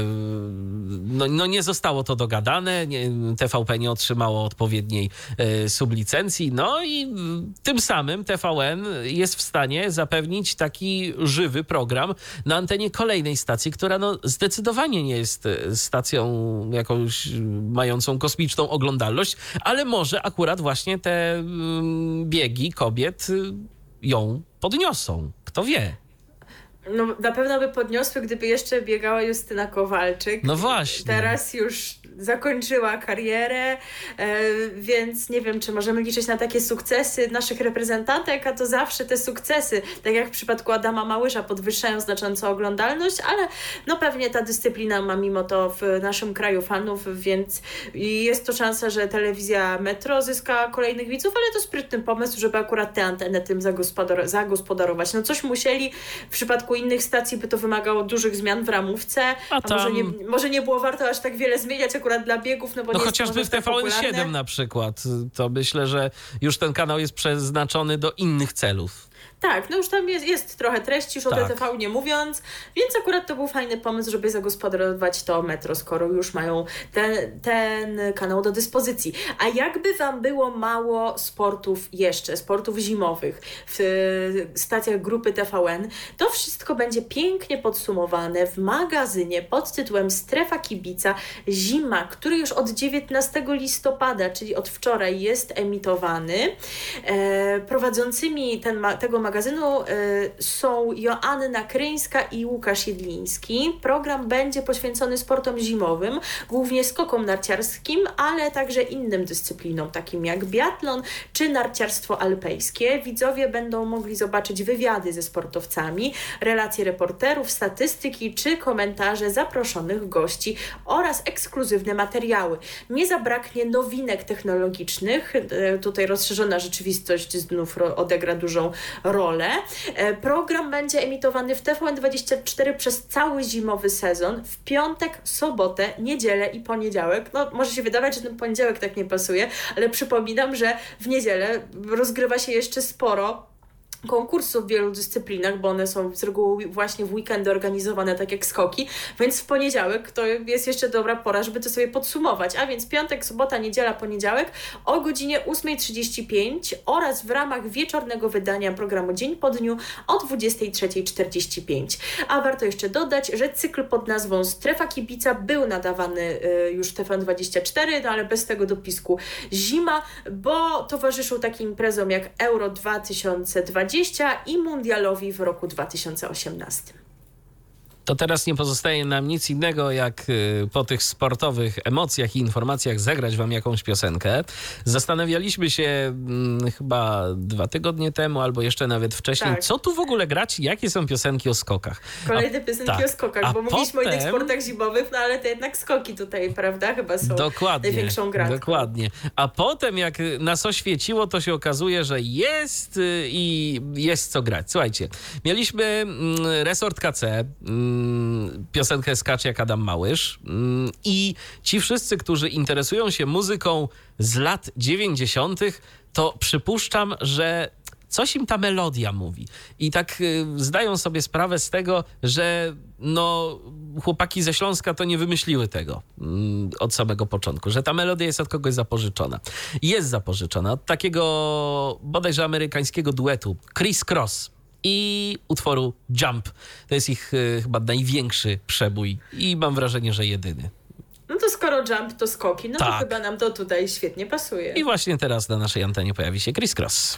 C: nie zostało to dogadane, TVP nie otrzymało odpowiedniej sublicencji, no i tym samym TVN jest w stanie zapewnić taki żywy program na antenie kolejnej stacji, która zdecydowanie nie jest stacją jakąś mającą kosmiczną oglądalność, ale może akurat właśnie te biegi kobiet ją podniosą. Kto wie?
D: No, na pewno by podniosły, gdyby jeszcze biegała Justyna Kowalczyk.
C: No właśnie.
D: Teraz już zakończyła karierę, więc nie wiem, czy możemy liczyć na takie sukcesy naszych reprezentantek, a to zawsze te sukcesy, tak jak w przypadku Adama Małysza, podwyższają znacząco oglądalność, ale no pewnie ta dyscyplina ma mimo to w naszym kraju fanów, więc jest to szansa, że telewizja Metro zyska kolejnych widzów, ale to sprytny pomysł, żeby akurat tę antenę tym zagospodarować. No coś musieli, w przypadku innych stacji by to wymagało dużych zmian w ramówce, a może nie było warto aż tak wiele zmieniać akurat dla biegów, no bo nie
C: chociażby
D: jest
C: w TVN7 na przykład, to myślę, że już ten kanał jest przeznaczony do innych celów.
D: Tak, no już tam jest trochę treści, już o DTV nie mówiąc, więc akurat to był fajny pomysł, żeby zagospodarować to Metro, skoro już mają ten kanał do dyspozycji. A jakby wam było mało sportów zimowych w stacjach grupy TVN, to wszystko będzie pięknie podsumowane w magazynie pod tytułem Strefa Kibica Zima, który już od 19 listopada, czyli od wczoraj jest emitowany. Prowadzącymi tego magazynu są Joanna Kryńska i Łukasz Jedliński. Program będzie poświęcony sportom zimowym, głównie skokom narciarskim, ale także innym dyscyplinom, takim jak biatlon czy narciarstwo alpejskie. Widzowie będą mogli zobaczyć wywiady ze sportowcami, relacje reporterów, statystyki czy komentarze zaproszonych gości oraz ekskluzywne materiały. Nie zabraknie nowinek technologicznych. Tutaj rozszerzona rzeczywistość znów odegra dużą rolę. Program będzie emitowany w TVN24 przez cały zimowy sezon, w piątek, sobotę, niedzielę i poniedziałek. No, może się wydawać, że ten poniedziałek tak nie pasuje, ale przypominam, że w niedzielę rozgrywa się jeszcze sporo konkursów w wielu dyscyplinach, bo one są z reguły właśnie w weekendy organizowane, tak jak skoki, więc w poniedziałek to jest jeszcze dobra pora, żeby to sobie podsumować, a więc piątek, sobota, niedziela, poniedziałek o godzinie 8:35 oraz w ramach wieczornego wydania programu Dzień po dniu o 23:45. A warto jeszcze dodać, że cykl pod nazwą Strefa Kibica był nadawany już w TVN24, no ale bez tego dopisku zima, bo towarzyszył takim imprezom jak Euro 2020 i mundialowi w roku 2018.
C: To teraz nie pozostaje nam nic innego, jak po tych sportowych emocjach i informacjach zagrać wam jakąś piosenkę. Zastanawialiśmy się chyba 2 tygodnie temu, albo jeszcze nawet wcześniej, co tu w ogóle grać i jakie są piosenki o skokach.
D: Kolejne piosenki o skokach, bo mówiliśmy o innych sportach zimowych, no ale to jednak skoki tutaj, prawda, chyba są największą gratką. Dokładnie.
C: A potem jak nas oświeciło, to się okazuje, że jest i jest co grać. Słuchajcie, mieliśmy Resort KC, piosenkę Skacz jak Adam Małysz i ci wszyscy, którzy interesują się muzyką z lat 90., to przypuszczam, że coś im ta melodia mówi. I tak zdają sobie sprawę z tego, że chłopaki ze Śląska to nie wymyśliły tego od samego początku, że ta melodia jest od kogoś zapożyczona. Jest zapożyczona od takiego bodajże amerykańskiego duetu Criss Cross i utworu Jump. To jest ich chyba największy przebój i mam wrażenie, że jedyny.
D: No to skoro Jump to skoki, no to chyba nam to tutaj świetnie pasuje.
C: I właśnie teraz na naszej antenie pojawi się Criss Cross.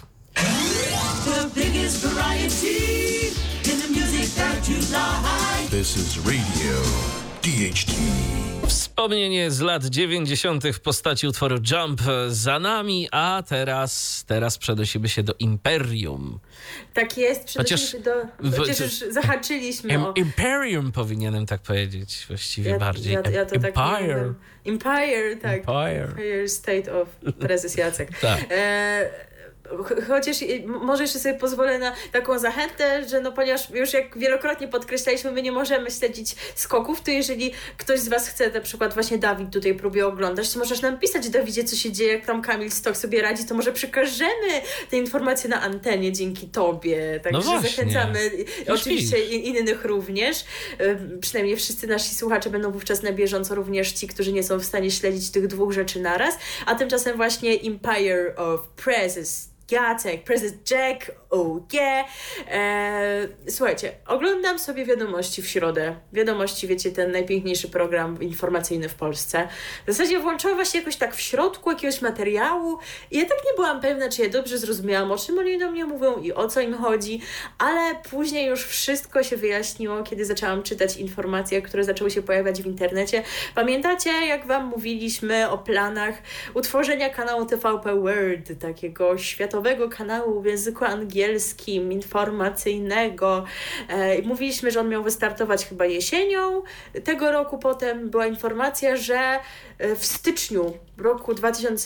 E: This is Radio DHT.
C: Wspomnienie z lat 90. w postaci utworu Jump za nami, a teraz przenosimy się do Imperium.
D: Tak jest, przenosimy się chociaż już zahaczyliśmy o...
C: Imperium powinienem tak powiedzieć właściwie bardziej.
D: Ja to
C: Empire.
D: Tak Empire, tak. Empire State of Prezes Jacek.
C: Tak.
D: Chociaż może jeszcze sobie pozwolę na taką zachętę, że ponieważ już jak wielokrotnie podkreślaliśmy, my nie możemy śledzić skoków, to jeżeli ktoś z was chce, na przykład właśnie Dawid tutaj próbuje oglądać, to możesz nam pisać, Dawidzie, co się dzieje, jak tam Kamil Stoch sobie radzi, to może przekażemy te informacje na antenie dzięki tobie. Także zachęcamy oczywiście innych również. Przynajmniej wszyscy nasi słuchacze będą wówczas na bieżąco, również ci, którzy nie są w stanie śledzić tych dwóch rzeczy naraz. A tymczasem właśnie Empire of Prezes Jacek, prezes Jack, oh yeah. Słuchajcie, oglądam sobie Wiadomości w środę. Wiadomości, wiecie, ten najpiękniejszy program informacyjny w Polsce. W zasadzie włączyłam właśnie jakoś tak w środku jakiegoś materiału i ja tak nie byłam pewna, czy ja dobrze zrozumiałam, o czym oni do mnie mówią i o co im chodzi, ale później już wszystko się wyjaśniło, kiedy zaczęłam czytać informacje, które zaczęły się pojawiać w internecie. Pamiętacie, jak wam mówiliśmy o planach utworzenia kanału TVP World, takiego światowego kanału w języku angielskim, informacyjnego. Mówiliśmy, że on miał wystartować chyba jesienią tego roku. Potem była informacja, że w styczniu roku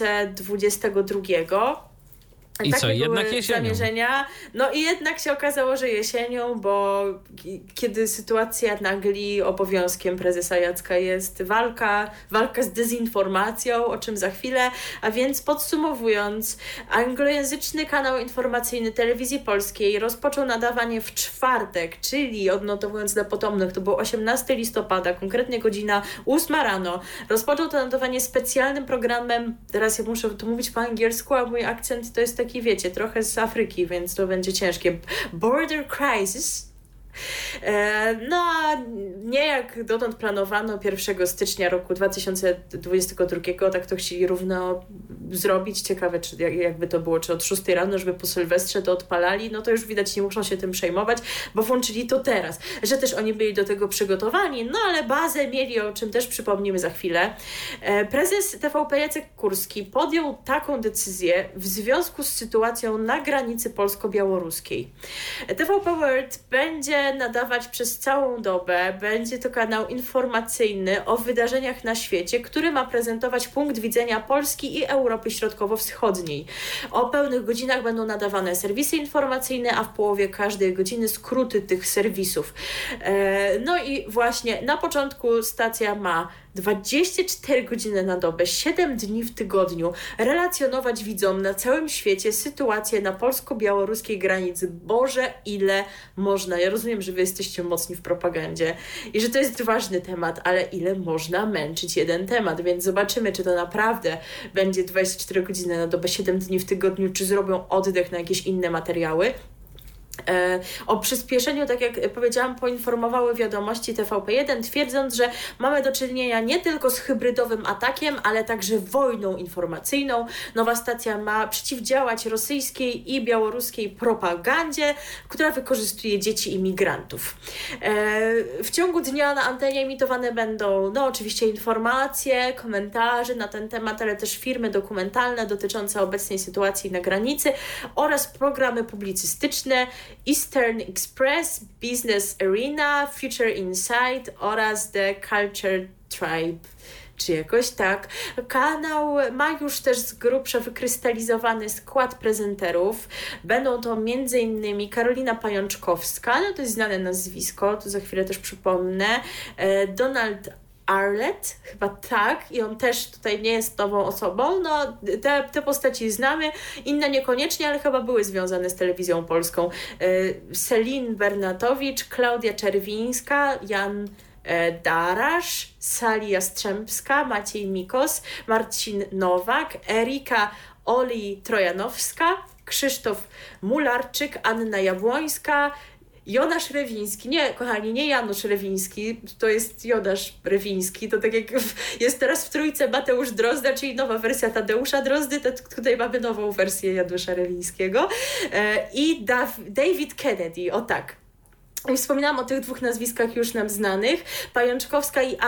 D: 2022
C: i takie co, jednak jesienią?
D: Zamierzenia. No i jednak się okazało, że jesienią, bo kiedy sytuacja nagli, obowiązkiem prezesa Jacka jest walka z dezinformacją, o czym za chwilę. A więc podsumowując, anglojęzyczny kanał informacyjny Telewizji Polskiej rozpoczął nadawanie w czwartek, czyli odnotowując dla potomnych, to był 18 listopada, konkretnie godzina 8 rano. Rozpoczął to nadawanie specjalnym programem, teraz ja muszę to mówić po angielsku, a mój akcent to jest taki, wiecie, trochę z Afryki, więc to będzie ciężkie. Border Crisis. No a nie jak dotąd planowano 1 stycznia roku 2022, tak to chcieli równo zrobić. Ciekawe, czy jakby to było, czy od 6 rano, żeby po Sylwestrze to odpalali, no to już widać, nie muszą się tym przejmować, bo włączyli to teraz. Że też oni byli do tego przygotowani, no ale bazę mieli, o czym też przypomnimy za chwilę. Prezes TVP Jacek Kurski podjął taką decyzję w związku z sytuacją na granicy polsko-białoruskiej. TVP World będzie nadawać przez całą dobę. Będzie to kanał informacyjny o wydarzeniach na świecie, który ma prezentować punkt widzenia Polski i Europy Środkowo-Wschodniej. O pełnych godzinach będą nadawane serwisy informacyjne, a w połowie każdej godziny skróty tych serwisów. No i właśnie na początku stacja ma 24 godziny na dobę, 7 dni w tygodniu relacjonować widzom na całym świecie sytuację na polsko-białoruskiej granicy. Boże, ile można. Ja rozumiem, że wy jesteście mocni w propagandzie i że to jest ważny temat, ale ile można męczyć jeden temat, więc zobaczymy, czy to naprawdę będzie 24 godziny na dobę, 7 dni w tygodniu, czy zrobią oddech na jakieś inne materiały. O przyspieszeniu, tak jak powiedziałam, poinformowały Wiadomości TVP1, twierdząc, że mamy do czynienia nie tylko z hybrydowym atakiem, ale także wojną informacyjną. Nowa stacja ma przeciwdziałać rosyjskiej i białoruskiej propagandzie, która wykorzystuje dzieci imigrantów. W ciągu dnia na antenie emitowane będą oczywiście informacje, komentarze na ten temat, ale też filmy dokumentalne dotyczące obecnej sytuacji na granicy oraz programy publicystyczne Eastern Express, Business Arena, Future Insight oraz The Culture Tribe, czy jakoś tak. Kanał ma już też z grubsza wykrystalizowany skład prezenterów. Będą to m.in. Karolina Pajączkowska, to jest znane nazwisko, to za chwilę też przypomnę, Donald Arlett, chyba tak, i on też tutaj nie jest nową osobą, te postaci znamy, inne niekoniecznie, ale chyba były związane z telewizją polską. Selin Bernatowicz, Klaudia Czerwińska, Jan Darasz, Sali Jastrzębska, Maciej Mikos, Marcin Nowak, Erika Oli-Trojanowska, Krzysztof Mularczyk, Anna Jabłońska, Jonasz Rewiński. Nie, kochani, nie Janusz Rewiński, to jest Jonasz Rewiński. To tak jak jest teraz w trójce Mateusz Drozda, czyli nowa wersja Tadeusza Drozdy, to tutaj mamy nową wersję Janusza Rewińskiego. I David Kennedy, o tak. I wspominałam o tych dwóch nazwiskach już nam znanych. Pajączkowska i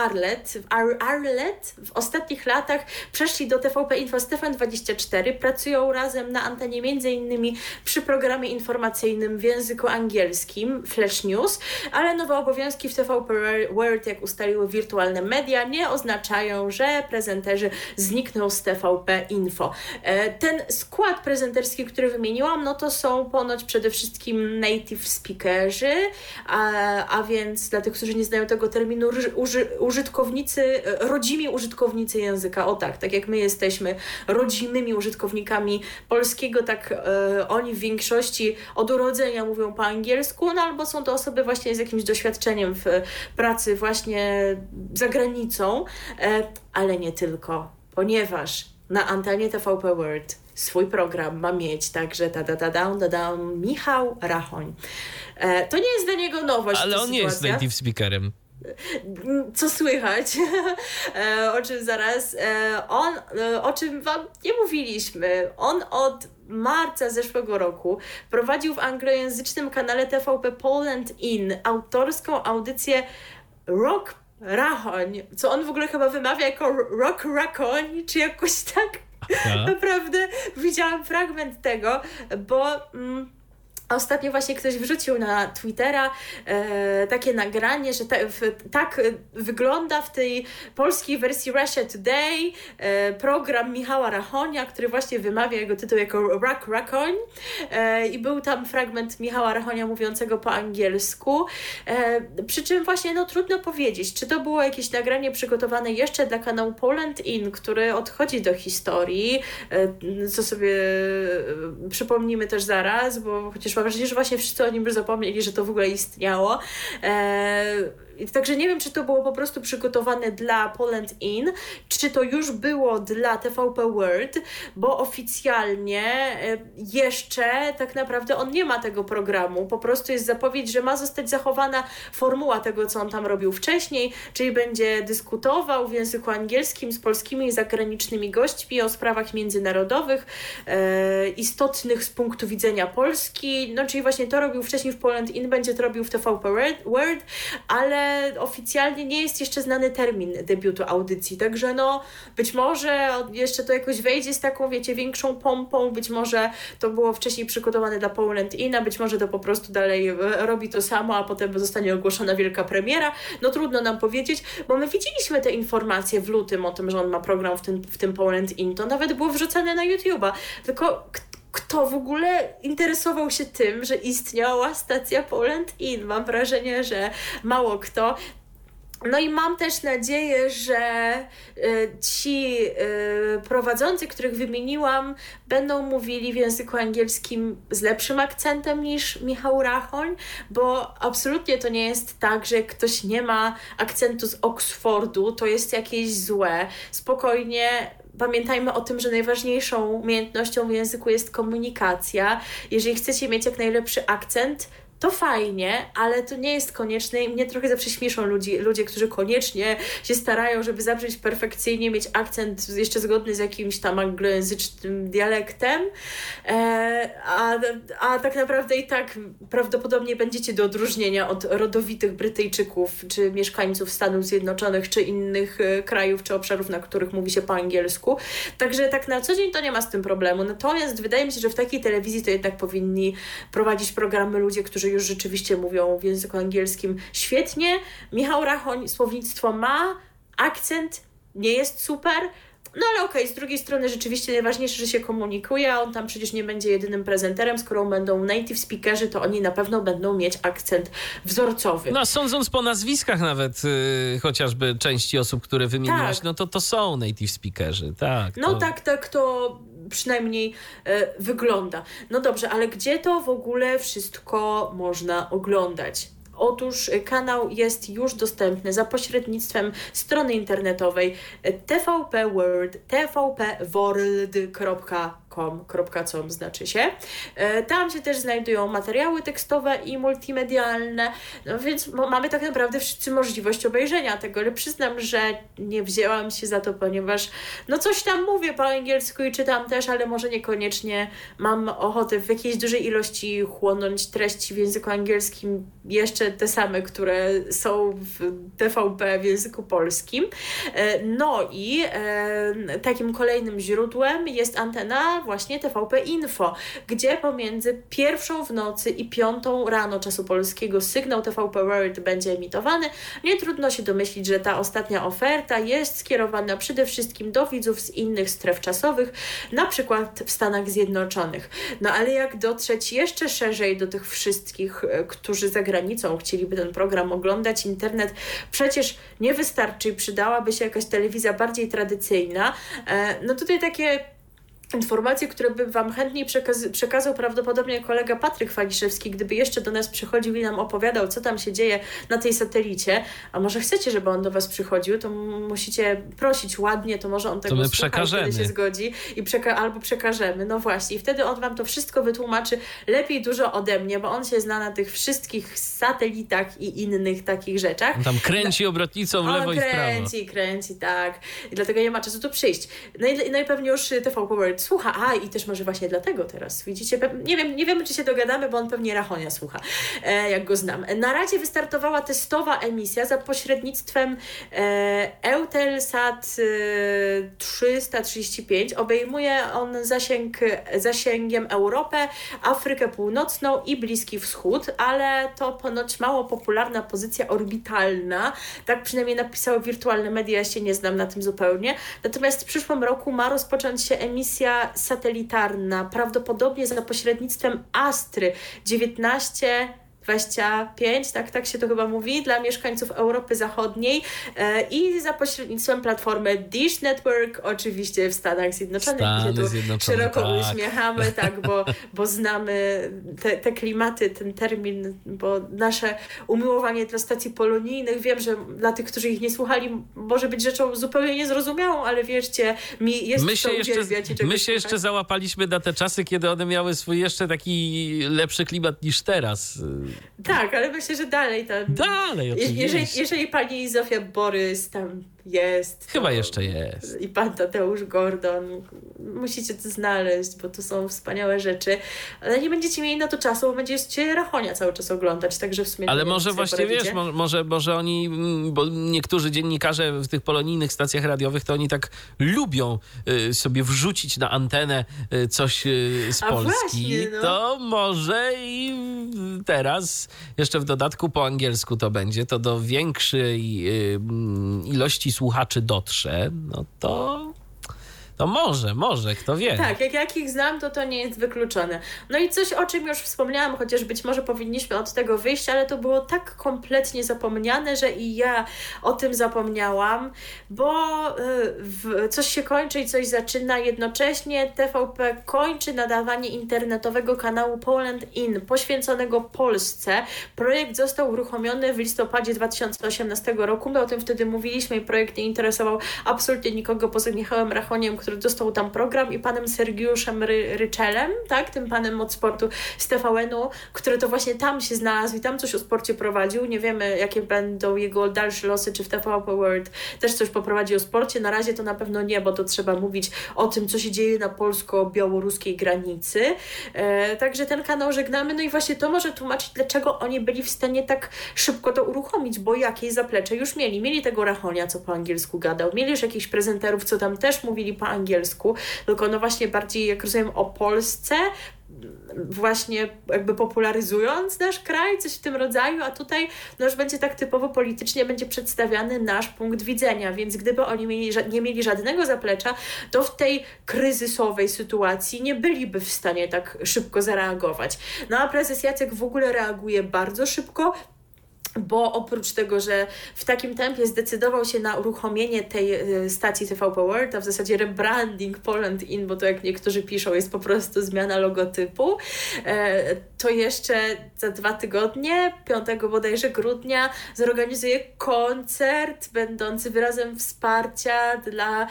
D: Arlett w ostatnich latach przeszli do TVP Info Stefan24, pracują razem na antenie m.in. przy programie informacyjnym w języku angielskim Flash News, ale nowe obowiązki w TVP World, jak ustaliły wirtualne media, nie oznaczają, że prezenterzy znikną z TVP Info. Ten skład prezenterski, który wymieniłam, to są ponoć przede wszystkim native speakerzy, a więc dla tych, którzy nie znają tego terminu, rodzimi użytkownicy języka. O tak jak my jesteśmy rodzimymi użytkownikami polskiego, tak oni w większości od urodzenia mówią po angielsku, albo są to osoby właśnie z jakimś doświadczeniem w pracy właśnie za granicą, ale nie tylko, ponieważ na antenie TVP World swój program ma mieć także Michał Rachoń. To nie jest dla niego nowość.
C: Ale on nie jest native speakerem.
D: Co słychać? O czym zaraz? O czym wam nie mówiliśmy. On od marca zeszłego roku prowadził w anglojęzycznym kanale TVP Poland In autorską audycję Rock Rachoń, co on w ogóle chyba wymawia jako Rock Rachoń, czy jakoś tak. Naprawdę widziałam fragment tego, bo ostatnio właśnie ktoś wrzucił na Twittera takie nagranie, że tak wygląda w tej polskiej wersji Russia Today program Michała Rachonia, który właśnie wymawia jego tytuł jako Rock Rachoń, i był tam fragment Michała Rachonia mówiącego po angielsku, przy czym właśnie trudno powiedzieć, czy to było jakieś nagranie przygotowane jeszcze dla kanału Poland In, który odchodzi do historii, co sobie przypomnimy też zaraz, bo chociaż mam wrażenie, że właśnie wszyscy o nim już zapomnieli, że to w ogóle istniało. Także nie wiem, czy to było po prostu przygotowane dla Poland In, czy to już było dla TVP World, bo oficjalnie jeszcze tak naprawdę on nie ma tego programu. Po prostu jest zapowiedź, że ma zostać zachowana formuła tego, co on tam robił wcześniej, czyli będzie dyskutował w języku angielskim z polskimi i zagranicznymi gośćmi o sprawach międzynarodowych, istotnych z punktu widzenia Polski. Czyli właśnie to robił wcześniej w Poland In, będzie to robił w TVP World, ale oficjalnie nie jest jeszcze znany termin debiutu audycji, także być może jeszcze to jakoś wejdzie z taką, większą pompą, być może to było wcześniej przygotowane dla Poland In, a być może to po prostu dalej robi to samo, a potem zostanie ogłoszona wielka premiera. Trudno nam powiedzieć, bo my widzieliśmy te informacje w lutym o tym, że on ma program w tym Poland In, to nawet było wrzucane na YouTube'a, tylko kto w ogóle interesował się tym, że istniała stacja Poland In? Mam wrażenie, że mało kto. No i mam też nadzieję, że ci prowadzący, których wymieniłam, będą mówili w języku angielskim z lepszym akcentem niż Michał Rachoń, bo absolutnie to nie jest tak, że jak ktoś nie ma akcentu z Oxfordu, to jest jakieś złe. Spokojnie. Pamiętajmy o tym, że najważniejszą umiejętnością w języku jest komunikacja. Jeżeli chcecie mieć jak najlepszy akcent, to fajnie, ale to nie jest konieczne i mnie trochę zawsze śmieszą ludzie, którzy koniecznie się starają, żeby zabrzmieć perfekcyjnie, mieć akcent jeszcze zgodny z jakimś tam anglojęzycznym dialektem, a tak naprawdę i tak prawdopodobnie będziecie do odróżnienia od rodowitych Brytyjczyków, czy mieszkańców Stanów Zjednoczonych, czy innych krajów, czy obszarów, na których mówi się po angielsku. Także tak na co dzień to nie ma z tym problemu. Natomiast wydaje mi się, że w takiej telewizji to jednak powinni prowadzić programy ludzie, którzy już rzeczywiście mówią w języku angielskim świetnie. Michał Rachoń słownictwo ma, akcent nie jest super, no ale okej, z drugiej strony rzeczywiście najważniejsze, że się komunikuje, a on tam przecież nie będzie jedynym prezenterem, skoro będą native speakerzy, to oni na pewno będą mieć akcent wzorcowy.
C: No sądząc po nazwiskach nawet chociażby części osób, które wymieniłaś,
D: Tak.
C: no to są native speakerzy, tak.
D: No tak to przynajmniej wygląda. No dobrze, ale gdzie to w ogóle wszystko można oglądać? Otóż kanał jest już dostępny za pośrednictwem strony internetowej tvpworld.com, znaczy się. Tam się też znajdują materiały tekstowe i multimedialne, no więc mamy tak naprawdę wszyscy możliwość obejrzenia tego, ale przyznam, że nie wzięłam się za to, ponieważ no coś tam mówię po angielsku i czytam też, ale może niekoniecznie mam ochotę w jakiejś dużej ilości chłonąć treści w języku angielskim, jeszcze te same, które są w TVP w języku polskim. No i takim kolejnym źródłem jest antena właśnie TVP Info, gdzie pomiędzy 1:00 w nocy i 5:00 rano czasu polskiego sygnał TVP World będzie emitowany. Nie trudno się domyślić, że ta ostatnia oferta jest skierowana przede wszystkim do widzów z innych stref czasowych, na przykład w Stanach Zjednoczonych. No ale jak dotrzeć jeszcze szerzej do tych wszystkich, którzy za granicą chcieliby ten program oglądać, internet przecież nie wystarczy i przydałaby się jakaś telewizja bardziej tradycyjna. No tutaj takie informacje, które bym Wam chętniej przekazał prawdopodobnie kolega Patryk Waliszewski, gdyby jeszcze do nas przychodził i nam opowiadał, co tam się dzieje na tej satelicie. A może chcecie, żeby on do Was przychodził, to musicie prosić ładnie, to może on tego
C: my
D: słucha,
C: przekażemy.
D: wtedy się zgodzi i albo przekażemy. No właśnie. I wtedy on Wam to wszystko wytłumaczy lepiej dużo ode mnie, bo on się zna na tych wszystkich satelitach i innych takich rzeczach.
C: On tam kręci obrotnicą w lewo i w prawo.
D: Kręci, tak. I dlatego nie ma czasu tu przyjść. No i pewnie już TVP World słucha, i też może właśnie dlatego teraz, widzicie, nie wiemy, czy się dogadamy, bo on pewnie Rachonia słucha, jak go znam. Na razie wystartowała testowa emisja za pośrednictwem Eutelsat 335. Obejmuje on zasięgiem Europę, Afrykę Północną i Bliski Wschód, ale to ponoć mało popularna pozycja orbitalna, tak przynajmniej napisały wirtualne media, ja się nie znam na tym zupełnie. Natomiast w przyszłym roku ma rozpocząć się emisja satelitarna, prawdopodobnie za pośrednictwem Astry 1925, tak się to chyba mówi, dla mieszkańców Europy Zachodniej i za pośrednictwem platformy Dish Network, oczywiście w Stanach Zjednoczonych. Szeroko uśmiechamy, tak, bo znamy te klimaty, ten termin, bo nasze umiłowanie dla stacji polonijnych, wiem, że dla tych, którzy ich nie słuchali, może być rzeczą zupełnie niezrozumiałą, ale wierzcie mi, jest co uwielbiać i
C: My się jeszcze załapaliśmy na te czasy, kiedy one miały swój jeszcze taki lepszy klimat niż teraz.
D: Tak, ale myślę, że dalej tam...
C: Dalej, oczywiście.
D: Jeżeli pani Zofia Borys tam jest...
C: Chyba jeszcze jest.
D: I pan Tadeusz Gordon. Musicie to znaleźć, bo to są wspaniałe rzeczy. Ale nie będziecie mieli na to czasu, bo będziecie Rachonia cały czas oglądać, także w sumie...
C: Ale może właśnie, wiesz, może oni, bo niektórzy dziennikarze w tych polonijnych stacjach radiowych, to oni tak lubią sobie wrzucić na antenę coś z Polski.
D: Właśnie, no.
C: To może i teraz jeszcze w dodatku po angielsku to będzie, to do większej ilości słuchaczy dotrze, no to To może, kto wie.
D: Tak, jak ich znam, to nie jest wykluczone. No i coś, o czym już wspomniałam, chociaż być może powinniśmy od tego wyjść, ale to było tak kompletnie zapomniane, że i ja o tym zapomniałam, bo coś się kończy i coś zaczyna. Jednocześnie TVP kończy nadawanie internetowego kanału Poland In, poświęconego Polsce. Projekt został uruchomiony w listopadzie 2018 roku. My o tym wtedy mówiliśmy i projekt nie interesował absolutnie nikogo poza Michałem Rachoniem, który dostał tam program, i panem Sergiuszem Ryczelem, tak, tym panem od sportu z TVN-u, który to właśnie tam się znalazł i tam coś o sporcie prowadził. Nie wiemy, jakie będą jego dalsze losy, czy w TVP World też coś poprowadzi o sporcie. Na razie to na pewno nie, bo to trzeba mówić o tym, co się dzieje na polsko-białoruskiej granicy. Także ten kanał żegnamy. No i właśnie to może tłumaczyć, dlaczego oni byli w stanie tak szybko to uruchomić, bo jakieś zaplecze już mieli. Mieli tego Rachonia, co po angielsku gadał. Mieli już jakichś prezenterów, co tam też mówili po angielsku, tylko no właśnie bardziej, jak rozumiem, o Polsce, właśnie jakby popularyzując nasz kraj, coś w tym rodzaju, a tutaj no już będzie tak typowo politycznie będzie przedstawiany nasz punkt widzenia, więc gdyby oni nie mieli żadnego zaplecza, to w tej kryzysowej sytuacji nie byliby w stanie tak szybko zareagować. No a prezes Jacek w ogóle reaguje bardzo szybko, bo oprócz tego, że w takim tempie zdecydował się na uruchomienie tej stacji TVP World, a w zasadzie rebranding Poland In, bo to jak niektórzy piszą, jest po prostu zmiana logotypu, to jeszcze za 2 tygodnie, 5 bodajże grudnia, zorganizuje koncert będący wyrazem wsparcia dla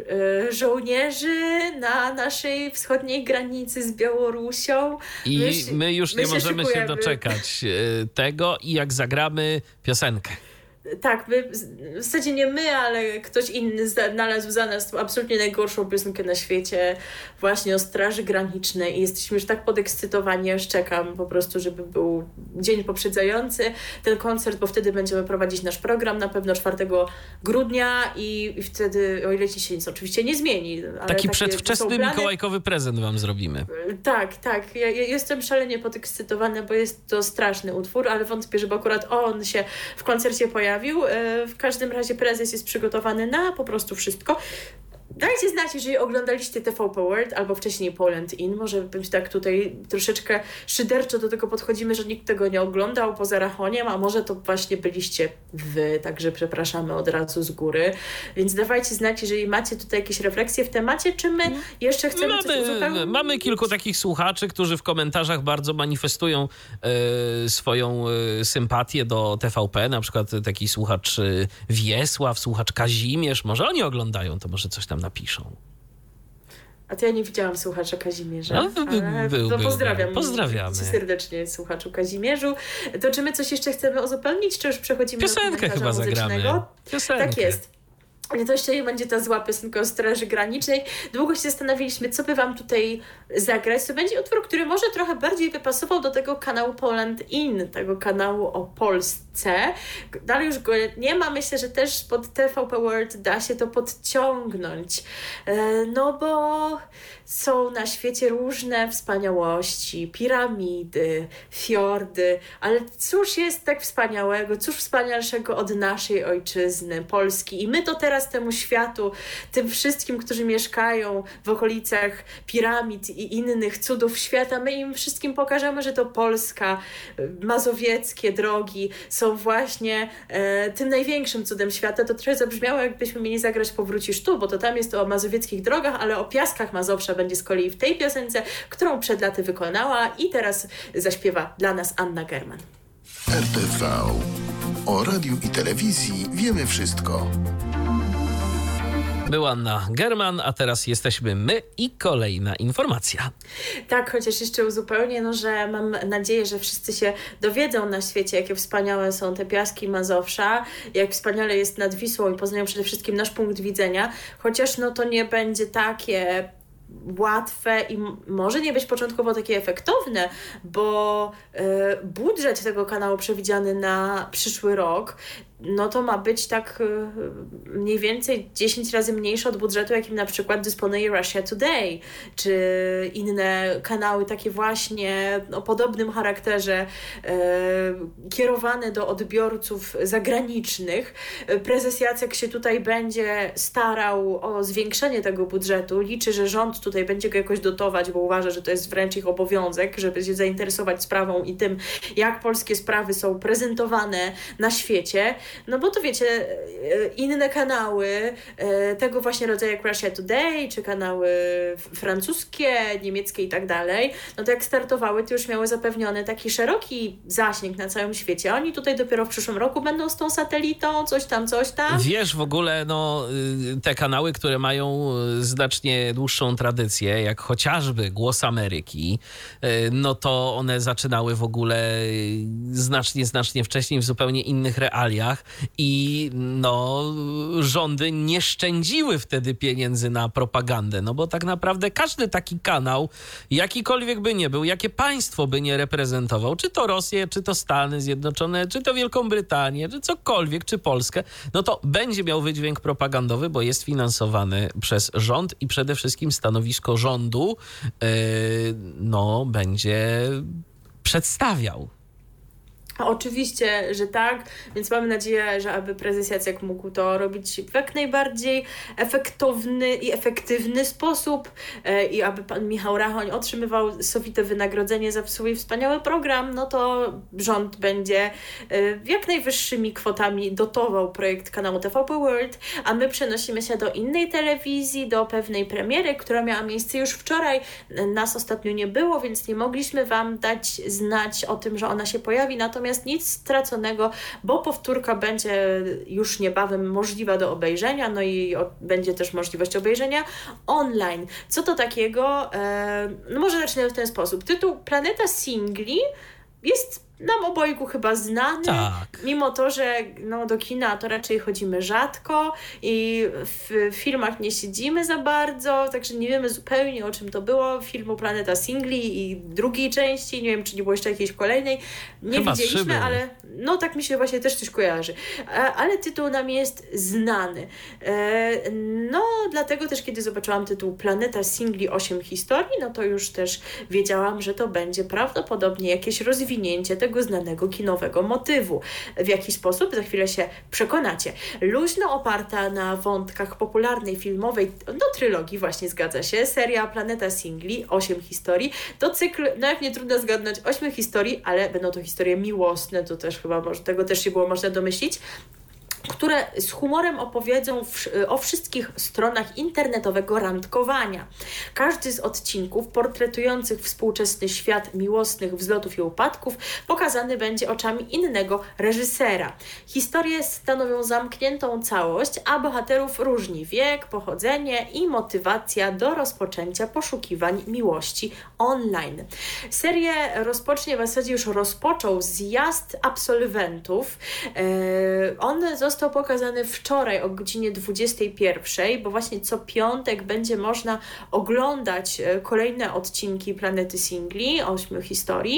D: żołnierzy na naszej wschodniej granicy z Białorusią.
C: I my już nie możemy się doczekać tego, i jak zagramy piosenkę.
D: Tak, w zasadzie nie my, ale ktoś inny znalazł za nas absolutnie najgorszą piosenkę na świecie, właśnie o Straży Granicznej, i jesteśmy już tak podekscytowani, aż czekam po prostu, żeby był dzień poprzedzający ten koncert, bo wtedy będziemy prowadzić nasz program, na pewno 4 grudnia i wtedy, o ile ci się nic oczywiście nie zmieni. Ale
C: taki przedwczesny mikołajkowy prezent wam zrobimy.
D: Tak. Ja jestem szalenie podekscytowana, bo jest to straszny utwór, ale wątpię, żeby akurat on się w koncercie pojawił. W każdym razie prezes jest przygotowany na po prostu wszystko. Dajcie znać, jeżeli oglądaliście TVP World albo wcześniej Poland In. Może być tak tutaj troszeczkę szyderczo do tego podchodzimy, że nikt tego nie oglądał poza Rachoniem, a może to właśnie byliście wy, także przepraszamy od razu z góry. Więc dawajcie znać, jeżeli macie tutaj jakieś refleksje w temacie, czy my jeszcze chcemy coś uzupełnić.
C: Mamy kilku takich słuchaczy, którzy w komentarzach bardzo manifestują swoją sympatię do TVP. Na przykład taki słuchacz Wiesław, słuchacz Kazimierz. Może oni oglądają, to może coś tam napiszą.
D: A to ja nie widziałam słuchacza Kazimierza.
C: Pozdrawiamy
D: cię serdecznie, słuchaczu Kazimierzu. To czy my coś jeszcze chcemy uzupełnić, czy już przechodzimy
C: piosenkę
D: do komentarza
C: chyba
D: muzycznego?
C: zagramy. Piosenkę.
D: Tak jest. To jeszcze będzie ta zła piosenka o Straży Granicznej. Długo się zastanowiliśmy, co by wam tutaj zagrać. To będzie utwór, który może trochę bardziej by pasował do tego kanału Poland In, tego kanału o Polsce. Dalej już go nie ma. Myślę, że też pod TVP World da się to podciągnąć. No bo są na świecie różne wspaniałości, piramidy, fiordy, ale cóż jest tak wspaniałego, cóż wspanialszego od naszej ojczyzny, Polski. I my to teraz temu światu, tym wszystkim, którzy mieszkają w okolicach piramid i innych cudów świata, my im wszystkim pokażemy, że to Polska, mazowieckie drogi są właśnie tym największym cudem świata. To trochę zabrzmiało, jakbyśmy mieli zagrać Powrócisz tu, bo to tam jest o mazowieckich drogach, ale o piaskach Mazowsza będzie z kolei w tej piosence, którą przed laty wykonała i teraz zaśpiewa dla nas Anna German.
E: RTV. O radiu i telewizji wiemy wszystko.
C: Była Anna German, a teraz jesteśmy my i kolejna informacja.
D: Tak, chociaż jeszcze uzupełnię, że mam nadzieję, że wszyscy się dowiedzą na świecie, jakie wspaniałe są te piaski Mazowsza, jak wspaniale jest nad Wisłą i poznają przede wszystkim nasz punkt widzenia, chociaż to nie będzie takie łatwe i może nie być początkowo takie efektowne, bo budżet tego kanału przewidziany na przyszły rok no to ma być tak mniej więcej 10 razy mniejsze od budżetu, jakim na przykład dysponuje Russia Today, czy inne kanały takie właśnie o podobnym charakterze, kierowane do odbiorców zagranicznych. Prezes Jacek się tutaj będzie starał o zwiększenie tego budżetu. Liczy, że rząd tutaj będzie go jakoś dotować, bo uważa, że to jest wręcz ich obowiązek, żeby się zainteresować sprawą i tym, jak polskie sprawy są prezentowane na świecie. No bo to wiecie, inne kanały tego właśnie rodzaju jak Russia Today, czy kanały francuskie, niemieckie i tak dalej, no to jak startowały, to już miały zapewniony taki szeroki zasięg na całym świecie. Oni tutaj dopiero w przyszłym roku będą z tą satelitą, coś tam.
C: Wiesz, w ogóle te kanały, które mają znacznie dłuższą tradycję, jak chociażby Głos Ameryki, no to one zaczynały w ogóle znacznie wcześniej w zupełnie innych realiach i rządy nie szczędziły wtedy pieniędzy na propagandę, no bo tak naprawdę każdy taki kanał, jakikolwiek by nie był, jakie państwo by nie reprezentował, czy to Rosję, czy to Stany Zjednoczone, czy to Wielką Brytanię, czy cokolwiek, czy Polskę, no to będzie miał wydźwięk propagandowy, bo jest finansowany przez rząd i przede wszystkim stanowisko rządu będzie przedstawiał.
D: Oczywiście, że tak, więc mamy nadzieję, że aby prezes Jacek mógł to robić w jak najbardziej efektowny i efektywny sposób i aby pan Michał Rachoń otrzymywał sowite wynagrodzenie za swój wspaniały program, no to rząd będzie jak najwyższymi kwotami dotował projekt kanału TVP World, a my przenosimy się do innej telewizji, do pewnej premiery, która miała miejsce już wczoraj. Nas ostatnio nie było, więc nie mogliśmy wam dać znać o tym, że ona się pojawi, natomiast nic straconego, bo powtórka będzie już niebawem możliwa do obejrzenia, no i będzie też możliwość obejrzenia online. Co to takiego? No może zacznę w ten sposób. Tytuł Planeta Singli jest nam obojgu chyba znany,
C: tak.
D: Mimo to, że do kina to raczej chodzimy rzadko i w filmach nie siedzimy za bardzo, także nie wiemy zupełnie, o czym to było. Filmu Planeta Singli i drugiej części, nie wiem, czy nie było jeszcze jakiejś kolejnej, nie
C: chyba
D: widzieliśmy, ale tak mi się właśnie też coś kojarzy. Ale tytuł nam jest znany. Dlatego też, kiedy zobaczyłam tytuł Planeta Singli 8 historii, no to już też wiedziałam, że to będzie prawdopodobnie jakieś rozwinięcie tego znanego kinowego motywu. W jaki sposób? Za chwilę się przekonacie. Luźno oparta na wątkach popularnej filmowej, trylogii właśnie zgadza się, seria Planeta Singli, 8 historii, to cykl, jak nie trudno zgadnąć, 8 historii, ale będą to historie miłosne, to też chyba tego też się było można domyślić, które z humorem opowiedzą o wszystkich stronach internetowego randkowania. Każdy z odcinków portretujących współczesny świat miłosnych wzlotów i upadków pokazany będzie oczami innego reżysera. Historie stanowią zamkniętą całość, a bohaterów różni wiek, pochodzenie i motywacja do rozpoczęcia poszukiwań miłości online. Serię rozpocznie, w zasadzie już rozpoczął zjazd absolwentów. On został pokazany wczoraj o godzinie 21, bo właśnie co piątek będzie można oglądać kolejne odcinki Planety Singli, 8 historii.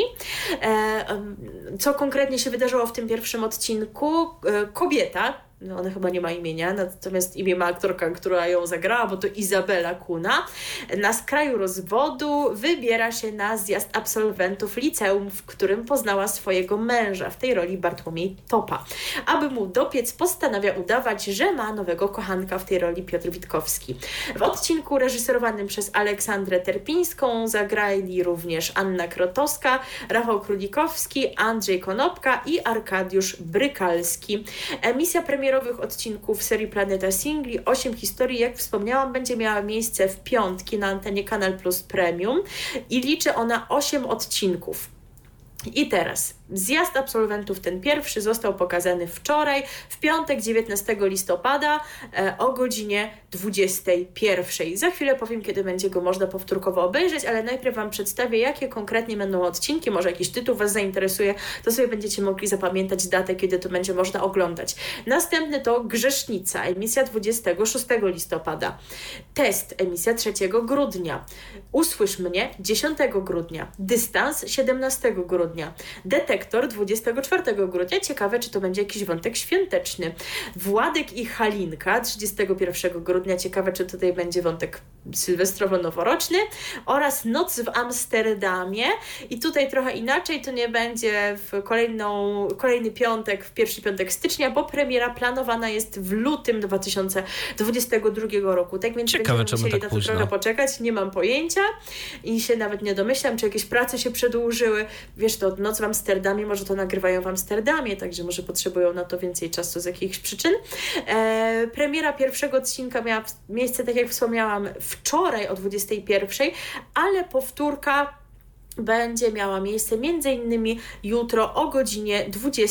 D: Co konkretnie się wydarzyło w tym pierwszym odcinku? Kobieta, ona chyba nie ma imienia, natomiast imię ma aktorka, która ją zagrała, bo to Izabela Kuna. Na skraju rozwodu wybiera się na zjazd absolwentów liceum, w którym poznała swojego męża, w tej roli Bartłomiej Topa. Aby mu dopiec, postanawia udawać, że ma nowego kochanka, w tej roli Piotr Witkowski. W odcinku reżyserowanym przez Aleksandrę Terpińską zagrali również Anna Krotowska, Rafał Królikowski, Andrzej Konopka i Arkadiusz Brykalski. Emisja premierowych odcinków serii Planeta Singli, 8 historii, jak wspomniałam, będzie miała miejsce w piątki na antenie Kanal Plus Premium i liczy ona 8 odcinków. I teraz zjazd absolwentów, ten pierwszy, został pokazany wczoraj, w piątek 19 listopada o godzinie 21. Za chwilę powiem, kiedy będzie go można powtórkowo obejrzeć, ale najpierw wam przedstawię, jakie konkretnie będą odcinki, może jakiś tytuł was zainteresuje, to sobie będziecie mogli zapamiętać datę, kiedy to będzie można oglądać. Następny to Grzesznica, emisja 26 listopada. Test, emisja 3 grudnia. Usłysz mnie 10 grudnia. Dystans 17 grudnia. Detektyw Hektor 24 grudnia. Ciekawe, czy to będzie jakiś wątek świąteczny. Władek i Halinka 31 grudnia. Ciekawe, czy tutaj będzie wątek sylwestrowo-noworoczny. Oraz Noc w Amsterdamie. I tutaj trochę inaczej, to nie będzie w kolejny piątek, w pierwszy piątek stycznia, bo premiera planowana jest w lutym 2022 roku. Tak więc
C: Ciekawe,
D: będziemy musieli
C: tak
D: na to trochę
C: późno
D: poczekać. Nie mam pojęcia i się nawet nie domyślam, czy jakieś prace się przedłużyły. Wiesz, to Noc w Amsterdamie, może to nagrywają w Amsterdamie, także może potrzebują na to więcej czasu z jakichś przyczyn. Premiera pierwszego odcinka miała miejsce, tak jak wspomniałam, wczoraj o 21, ale powtórka będzie miała miejsce m.in. jutro o godzinie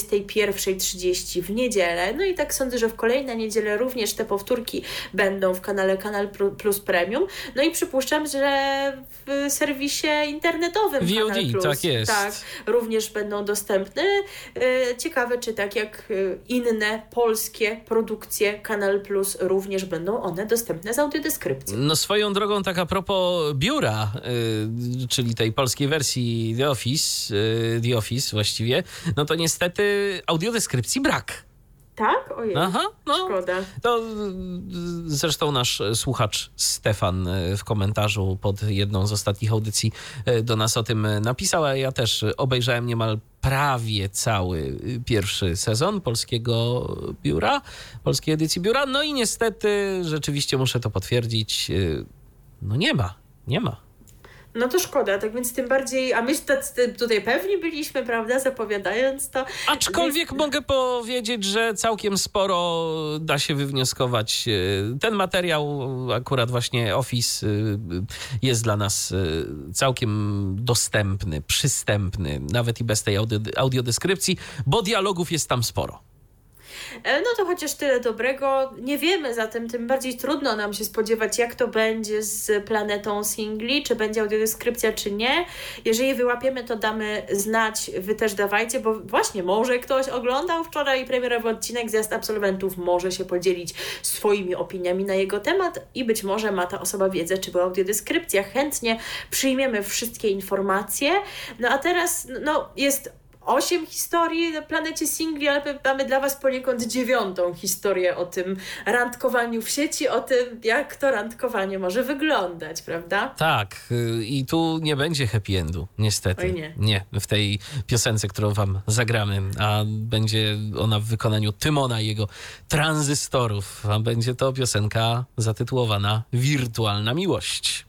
D: 21:30 w niedzielę. No i tak sądzę, że w kolejne niedzielę również te powtórki będą w kanale Kanal Plus Premium. No i przypuszczam, że w serwisie internetowym
C: VOD,
D: Kanal Plus,
C: tak jest.
D: Tak, również będą dostępne. Ciekawe, czy tak jak inne polskie produkcje Kanal Plus również będą one dostępne z audiodeskrypcją.
C: No swoją drogą, tak a propos biura, czyli tej polskiej wersji The Office właściwie, no to niestety audiodeskrypcji brak.
D: Tak? Ojej,
C: Aha, no.
D: szkoda.
C: To zresztą nasz słuchacz Stefan w komentarzu pod jedną z ostatnich audycji do nas o tym napisał, a ja też obejrzałem niemal prawie cały pierwszy sezon polskiej edycji biura, no i niestety rzeczywiście muszę to potwierdzić, no nie ma.
D: No to szkoda, tak więc tym bardziej, a my tutaj pewni byliśmy, prawda, zapowiadając to.
C: Aczkolwiek mogę powiedzieć, że całkiem sporo da się wywnioskować. Ten materiał, akurat właśnie Office, jest dla nas całkiem dostępny, przystępny, nawet i bez tej audiodeskrypcji, bo dialogów jest tam sporo.
D: No to chociaż tyle dobrego. Nie wiemy zatem, tym bardziej trudno nam się spodziewać, jak to będzie z Planetą Singli, czy będzie audiodeskrypcja, czy nie. Jeżeli wyłapiemy, to damy znać, wy też dawajcie, bo właśnie może ktoś oglądał wczoraj premierowy odcinek, Zjazd Absolwentów, może się podzielić swoimi opiniami na jego temat i być może ma ta osoba wiedzę, czy była audiodeskrypcja. Chętnie przyjmiemy wszystkie informacje. No a teraz jest 8 historii na Planecie Singli, ale mamy dla was poniekąd 9. historię o tym randkowaniu w sieci, o tym, jak to randkowanie może wyglądać, prawda?
C: Tak, i tu nie będzie happy endu, niestety.
D: Oj nie.
C: Nie, w tej piosence, którą wam zagramy, a będzie ona w wykonaniu Tymona i jego tranzystorów, a będzie to piosenka zatytułowana Wirtualna Miłość.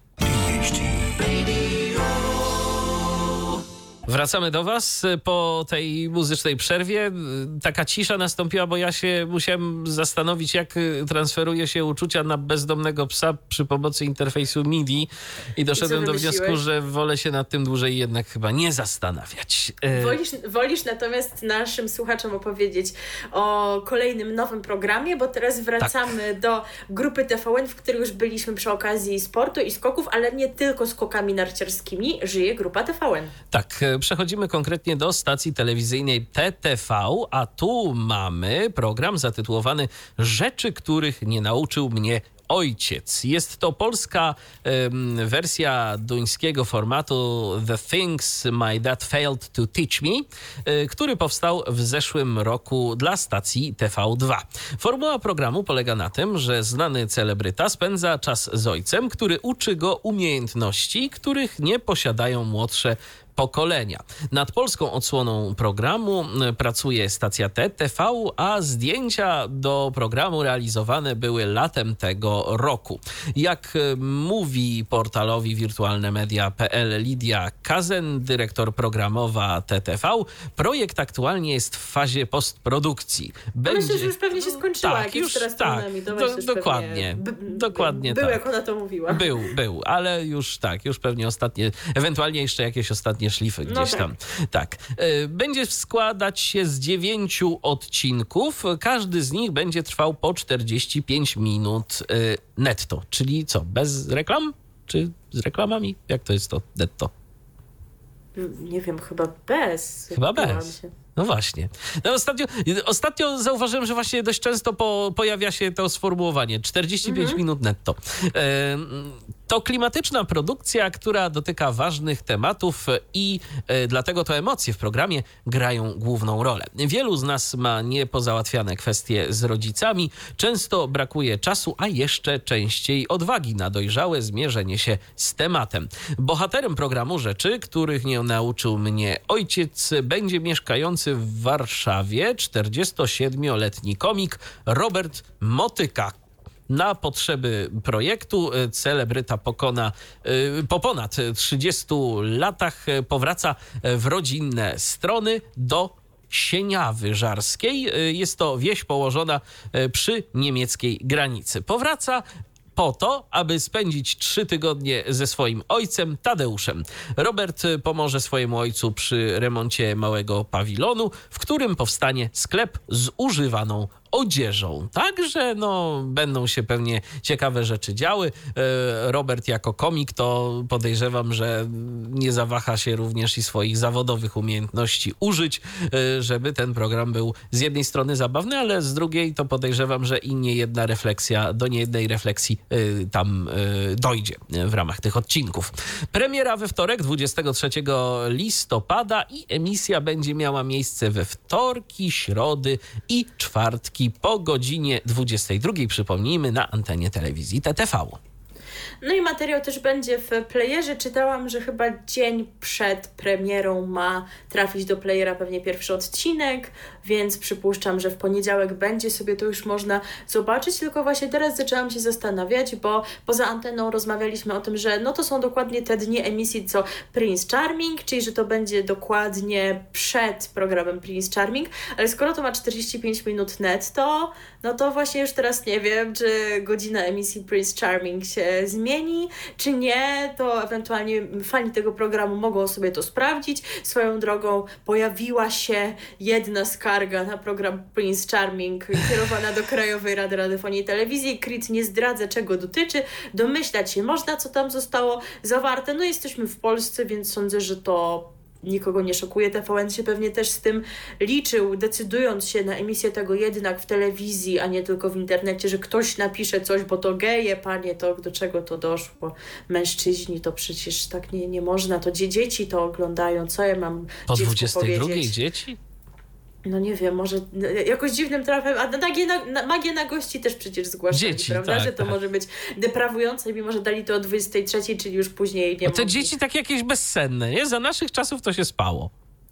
C: Wracamy do was po tej muzycznej przerwie. Taka cisza nastąpiła, bo ja się musiałem zastanowić, jak transferuje się uczucia na bezdomnego psa przy pomocy interfejsu MIDI i doszedłem do wniosku, że wolę się nad tym dłużej jednak chyba nie zastanawiać.
D: Wolisz natomiast naszym słuchaczom opowiedzieć o kolejnym nowym programie, bo teraz wracamy do grupy TVN, w której już byliśmy przy okazji sportu i skoków, ale nie tylko skokami narciarskimi żyje grupa TVN.
C: Tak, przechodzimy konkretnie do stacji telewizyjnej TTV, a tu mamy program zatytułowany Rzeczy, których nie nauczył mnie ojciec. Jest to polska wersja duńskiego formatu The Things My Dad Failed to Teach Me, który powstał w zeszłym roku dla stacji TV2. Formuła programu polega na tym, że znany celebryta spędza czas z ojcem, który uczy go umiejętności, których nie posiadają młodsze pokolenia. Nad polską odsłoną programu pracuje stacja TTV, a zdjęcia do programu realizowane były latem tego roku. Jak mówi portalowi wirtualnemedia.pl Lidia Kazen, dyrektor programowa TTV, projekt aktualnie jest w fazie postprodukcji.
D: Myślę, że już pewnie się skończyła,
C: tak,
D: jak
C: już
D: teraz
C: tak,
D: dokładnie.
C: Dokładnie
D: był
C: tak.
D: jak ona to mówiła.
C: Był, ale już tak, już pewnie ostatnie, ewentualnie jeszcze jakieś ostatnie szlify gdzieś tam. Tak. Będzie składać się z 9 odcinków. Każdy z nich będzie trwał po 45 minut netto. Czyli co, bez reklam? Czy z reklamami? Jak to jest to netto?
D: Nie wiem, chyba bez.
C: Chyba bez. No właśnie. No ostatnio zauważyłem, że właśnie dość często pojawia się to sformułowanie 45 minut netto. To klimatyczna produkcja, która dotyka ważnych tematów i dlatego to emocje w programie grają główną rolę. Wielu z nas ma niepozałatwiane kwestie z rodzicami, często brakuje czasu, a jeszcze częściej odwagi na dojrzałe zmierzenie się z tematem. Bohaterem programu Rzeczy, których nie nauczył mnie ojciec, będzie mieszkający w Warszawie 47-letni komik Robert Motyka. Na potrzeby projektu celebryta po ponad 30 latach powraca w rodzinne strony do Sieniawy Żarskiej. Jest to wieś położona przy niemieckiej granicy. Powraca po to, aby spędzić 3 tygodnie ze swoim ojcem Tadeuszem. Robert pomoże swojemu ojcu przy remoncie małego pawilonu, w którym powstanie sklep z używaną odzieżą. Także będą się pewnie ciekawe rzeczy działy. Robert jako komik to podejrzewam, że nie zawaha się również i swoich zawodowych umiejętności użyć, żeby ten program był z jednej strony zabawny, ale z drugiej to podejrzewam, że i do niejednej refleksji tam dojdzie w ramach tych odcinków. Premiera we wtorek, 23 listopada i emisja będzie miała miejsce we wtorki, środy i czwartki po godzinie 22, przypomnijmy, na antenie telewizji TTV.
D: No i materiał też będzie w playerze. Czytałam, że chyba dzień przed premierą ma trafić do playera pewnie pierwszy odcinek, więc przypuszczam, że w poniedziałek będzie sobie to już można zobaczyć, tylko właśnie teraz zaczęłam się zastanawiać, bo poza anteną rozmawialiśmy o tym, że to są dokładnie te dni emisji co Prince Charming, czyli że to będzie dokładnie przed programem Prince Charming, ale skoro to ma 45 minut netto, to właśnie już teraz nie wiem, czy godzina emisji Prince Charming się zmieni, czy nie, to ewentualnie fani tego programu mogą sobie to sprawdzić. Swoją drogą pojawiła się jedna skarga na program Prince Charming kierowana do Krajowej Rady Radiofonii i Telewizji. KRIT nie zdradza, czego dotyczy. Domyślać się można, co tam zostało zawarte. Jesteśmy w Polsce, więc sądzę, że to nikogo nie szokuje. TVN się pewnie też z tym liczył, decydując się na emisję tego jednak w telewizji, a nie tylko w internecie, że ktoś napisze coś, bo to geje, panie, to do czego to doszło? Mężczyźni to przecież tak nie można, to dzieci to oglądają, co ja mam
C: po
D: dziecku
C: 22
D: powiedzieć?
C: Dzieci?
D: Nie wiem, może jakoś dziwnym trafem, a magię na gości też przecież zgłaszali,
C: dzieci,
D: prawda?
C: tak,
D: że to może być deprawujące, mimo że dali to o 23, czyli już później nie
C: te
D: mogli.
C: dzieci tak jakieś bezsenne, nie? Za naszych czasów to się spało.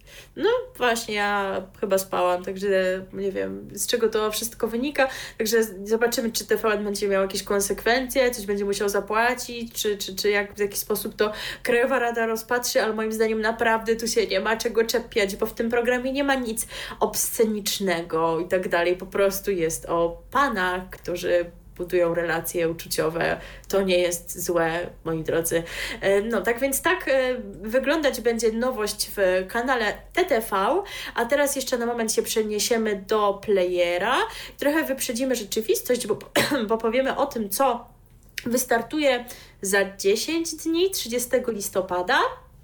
D: Właśnie, ja chyba spałam, także nie wiem, z czego to wszystko wynika. Także zobaczymy, czy TVN będzie miał jakieś konsekwencje, coś będzie musiał zapłacić, czy w jaki sposób to Krajowa Rada rozpatrzy, ale moim zdaniem naprawdę tu się nie ma czego czepiać, bo w tym programie nie ma nic obscenicznego i tak dalej. Po prostu jest o panach, którzy budują relacje uczuciowe. To nie jest złe, moi drodzy. Tak więc wyglądać będzie nowość w kanale TTV, a teraz jeszcze na moment się przeniesiemy do playera. Trochę wyprzedzimy rzeczywistość, bo powiemy o tym, co wystartuje za 10 dni, 30 listopada.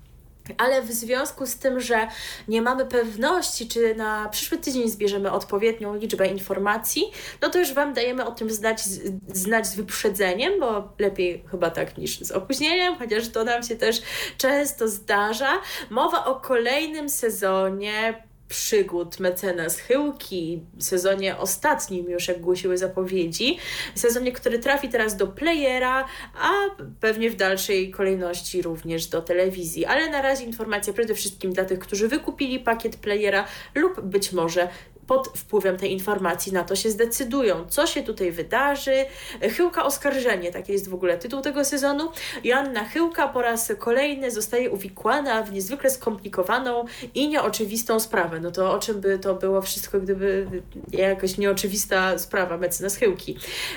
D: Ale w związku z tym, że nie mamy pewności, czy na przyszły tydzień zbierzemy odpowiednią liczbę informacji, to już Wam dajemy o tym znać z wyprzedzeniem, bo lepiej chyba tak niż z opóźnieniem, chociaż to nam się też często zdarza. Mowa o kolejnym sezonie przygód mecenas Chyłki, sezonie ostatnim już, jak głosiły zapowiedzi, sezonie, który trafi teraz do playera, a pewnie w dalszej kolejności również do telewizji. Ale na razie informacja przede wszystkim dla tych, którzy wykupili pakiet playera lub być może pod wpływem tej informacji na to się zdecydują. Co się tutaj wydarzy? Chyłka oskarżenie, taki jest w ogóle tytuł tego sezonu. Joanna Chyłka po raz kolejny zostaje uwikłana w niezwykle skomplikowaną i nieoczywistą sprawę. To o czym by to było wszystko, gdyby jakaś nieoczywista sprawa mecenas Chyłki.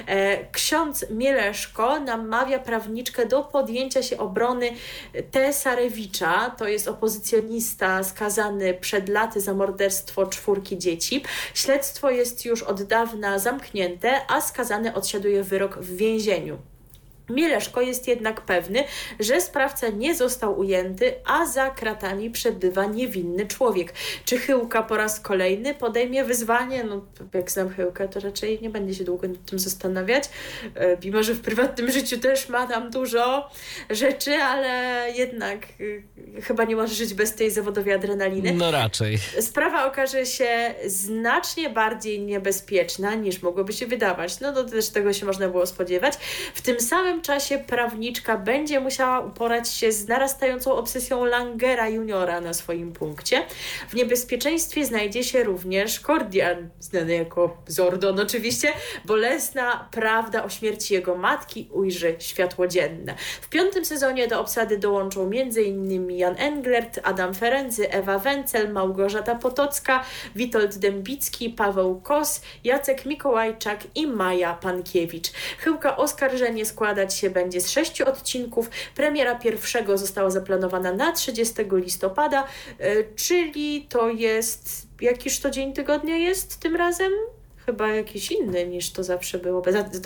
D: Ksiądz Mieleszko namawia prawniczkę do podjęcia się obrony Tesarewicza. To jest opozycjonista skazany przed laty za morderstwo 4 dzieci. Śledztwo jest już od dawna zamknięte, a skazany odsiaduje wyrok w więzieniu. Mieleszko jest jednak pewny, że sprawca nie został ujęty, a za kratami przebywa niewinny człowiek. Czy Chyłka po raz kolejny podejmie wyzwanie? No, jak znam Chyłkę, to raczej nie będzie się długo nad tym zastanawiać, mimo że w prywatnym życiu też ma tam dużo rzeczy, ale jednak chyba nie może żyć bez tej zawodowej adrenaliny.
C: No raczej.
D: Sprawa okaże się znacznie bardziej niebezpieczna, niż mogłoby się wydawać. No to też tego się można było spodziewać. W tym samym czasie prawniczka będzie musiała uporać się z narastającą obsesją Langera juniora na swoim punkcie. W niebezpieczeństwie znajdzie się również Kordian, znany jako Zordon oczywiście. Bolesna prawda o śmierci jego matki ujrzy światło dzienne. W 5. sezonie do obsady dołączą m.in. Jan Englert, Adam Ferenczi, Ewa Wencel, Małgorzata Potocka, Witold Dębicki, Paweł Kos, Jacek Mikołajczak i Maja Pankiewicz. Chyłka oskarżenie składać się będzie z 6 odcinków. Premiera pierwszego została zaplanowana na 30 listopada, czyli to jest... Jakiż to dzień tygodnia jest tym razem? Chyba jakiś inny niż to zawsze było.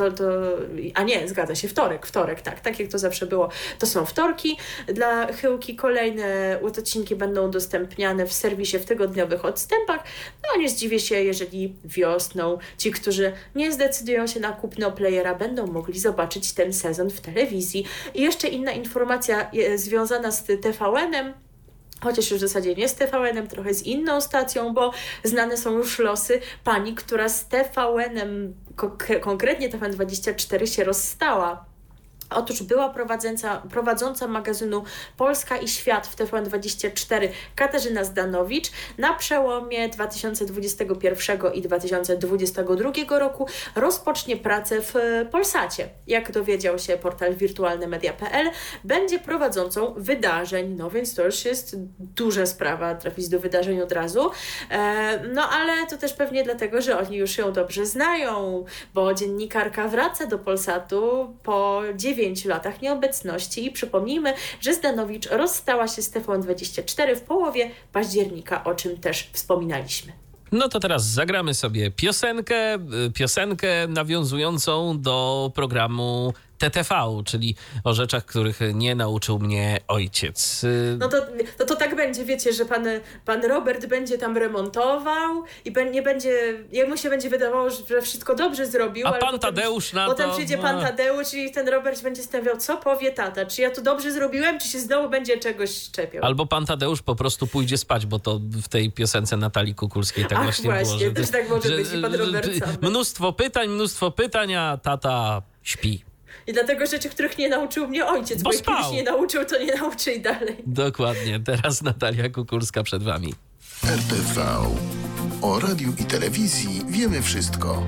D: A nie, zgadza się, wtorek, tak jak to zawsze było. To są wtorki. Dla Chyłki kolejne odcinki będą udostępniane w serwisie w tygodniowych odstępach. No nie zdziwię się, jeżeli wiosną ci, którzy nie zdecydują się na kupno playera, będą mogli zobaczyć ten sezon w telewizji. I jeszcze inna informacja związana z TVN-em, chociaż już w zasadzie nie z TVN-em, trochę z inną stacją, bo znane są już losy pani, która z TVN-em, konkretnie TVN24 się rozstała. Otóż była prowadząca magazynu Polska i Świat w TVN24 Katarzyna Zdanowicz na przełomie 2021 i 2022 roku rozpocznie pracę w Polsacie. Jak dowiedział się portal wirtualnemedia.pl, będzie prowadzącą wydarzeń, no więc to już jest duża sprawa, trafić do wydarzeń od razu. No ale to też pewnie dlatego, że oni już ją dobrze znają, bo dziennikarka wraca do Polsatu po 9 latach nieobecności i przypomnijmy, że Zdanowicz rozstała się z TVN24 w połowie października, o czym też wspominaliśmy.
C: No to teraz zagramy sobie piosenkę nawiązującą do programu TTV, czyli o rzeczach, których nie nauczył mnie ojciec.
D: No to tak będzie, wiecie, że pan Robert będzie tam remontował i nie będzie, jemu się będzie wydawało, że wszystko dobrze zrobił.
C: A
D: ale
C: pan Tadeusz na to...
D: Potem przyjdzie pan Tadeusz i ten Robert będzie stawiał, co powie tata, czy ja to dobrze zrobiłem, czy się znowu będzie czegoś czepiał.
C: Albo pan Tadeusz po prostu pójdzie spać, bo to w tej piosence Natalii Kukulskiej tak właśnie było. Że
D: też tak może być i pan Robert sam.
C: Mnóstwo pytań, a tata śpi.
D: I dlatego rzeczy, których nie nauczył mnie ojciec, bo jak kiedyś nie nauczył, to nie nauczy i dalej.
C: Dokładnie. Teraz Natalia Kukulska przed wami.
E: RTV. O radiu i telewizji wiemy wszystko.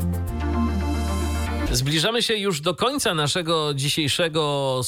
C: Zbliżamy się już do końca naszego dzisiejszego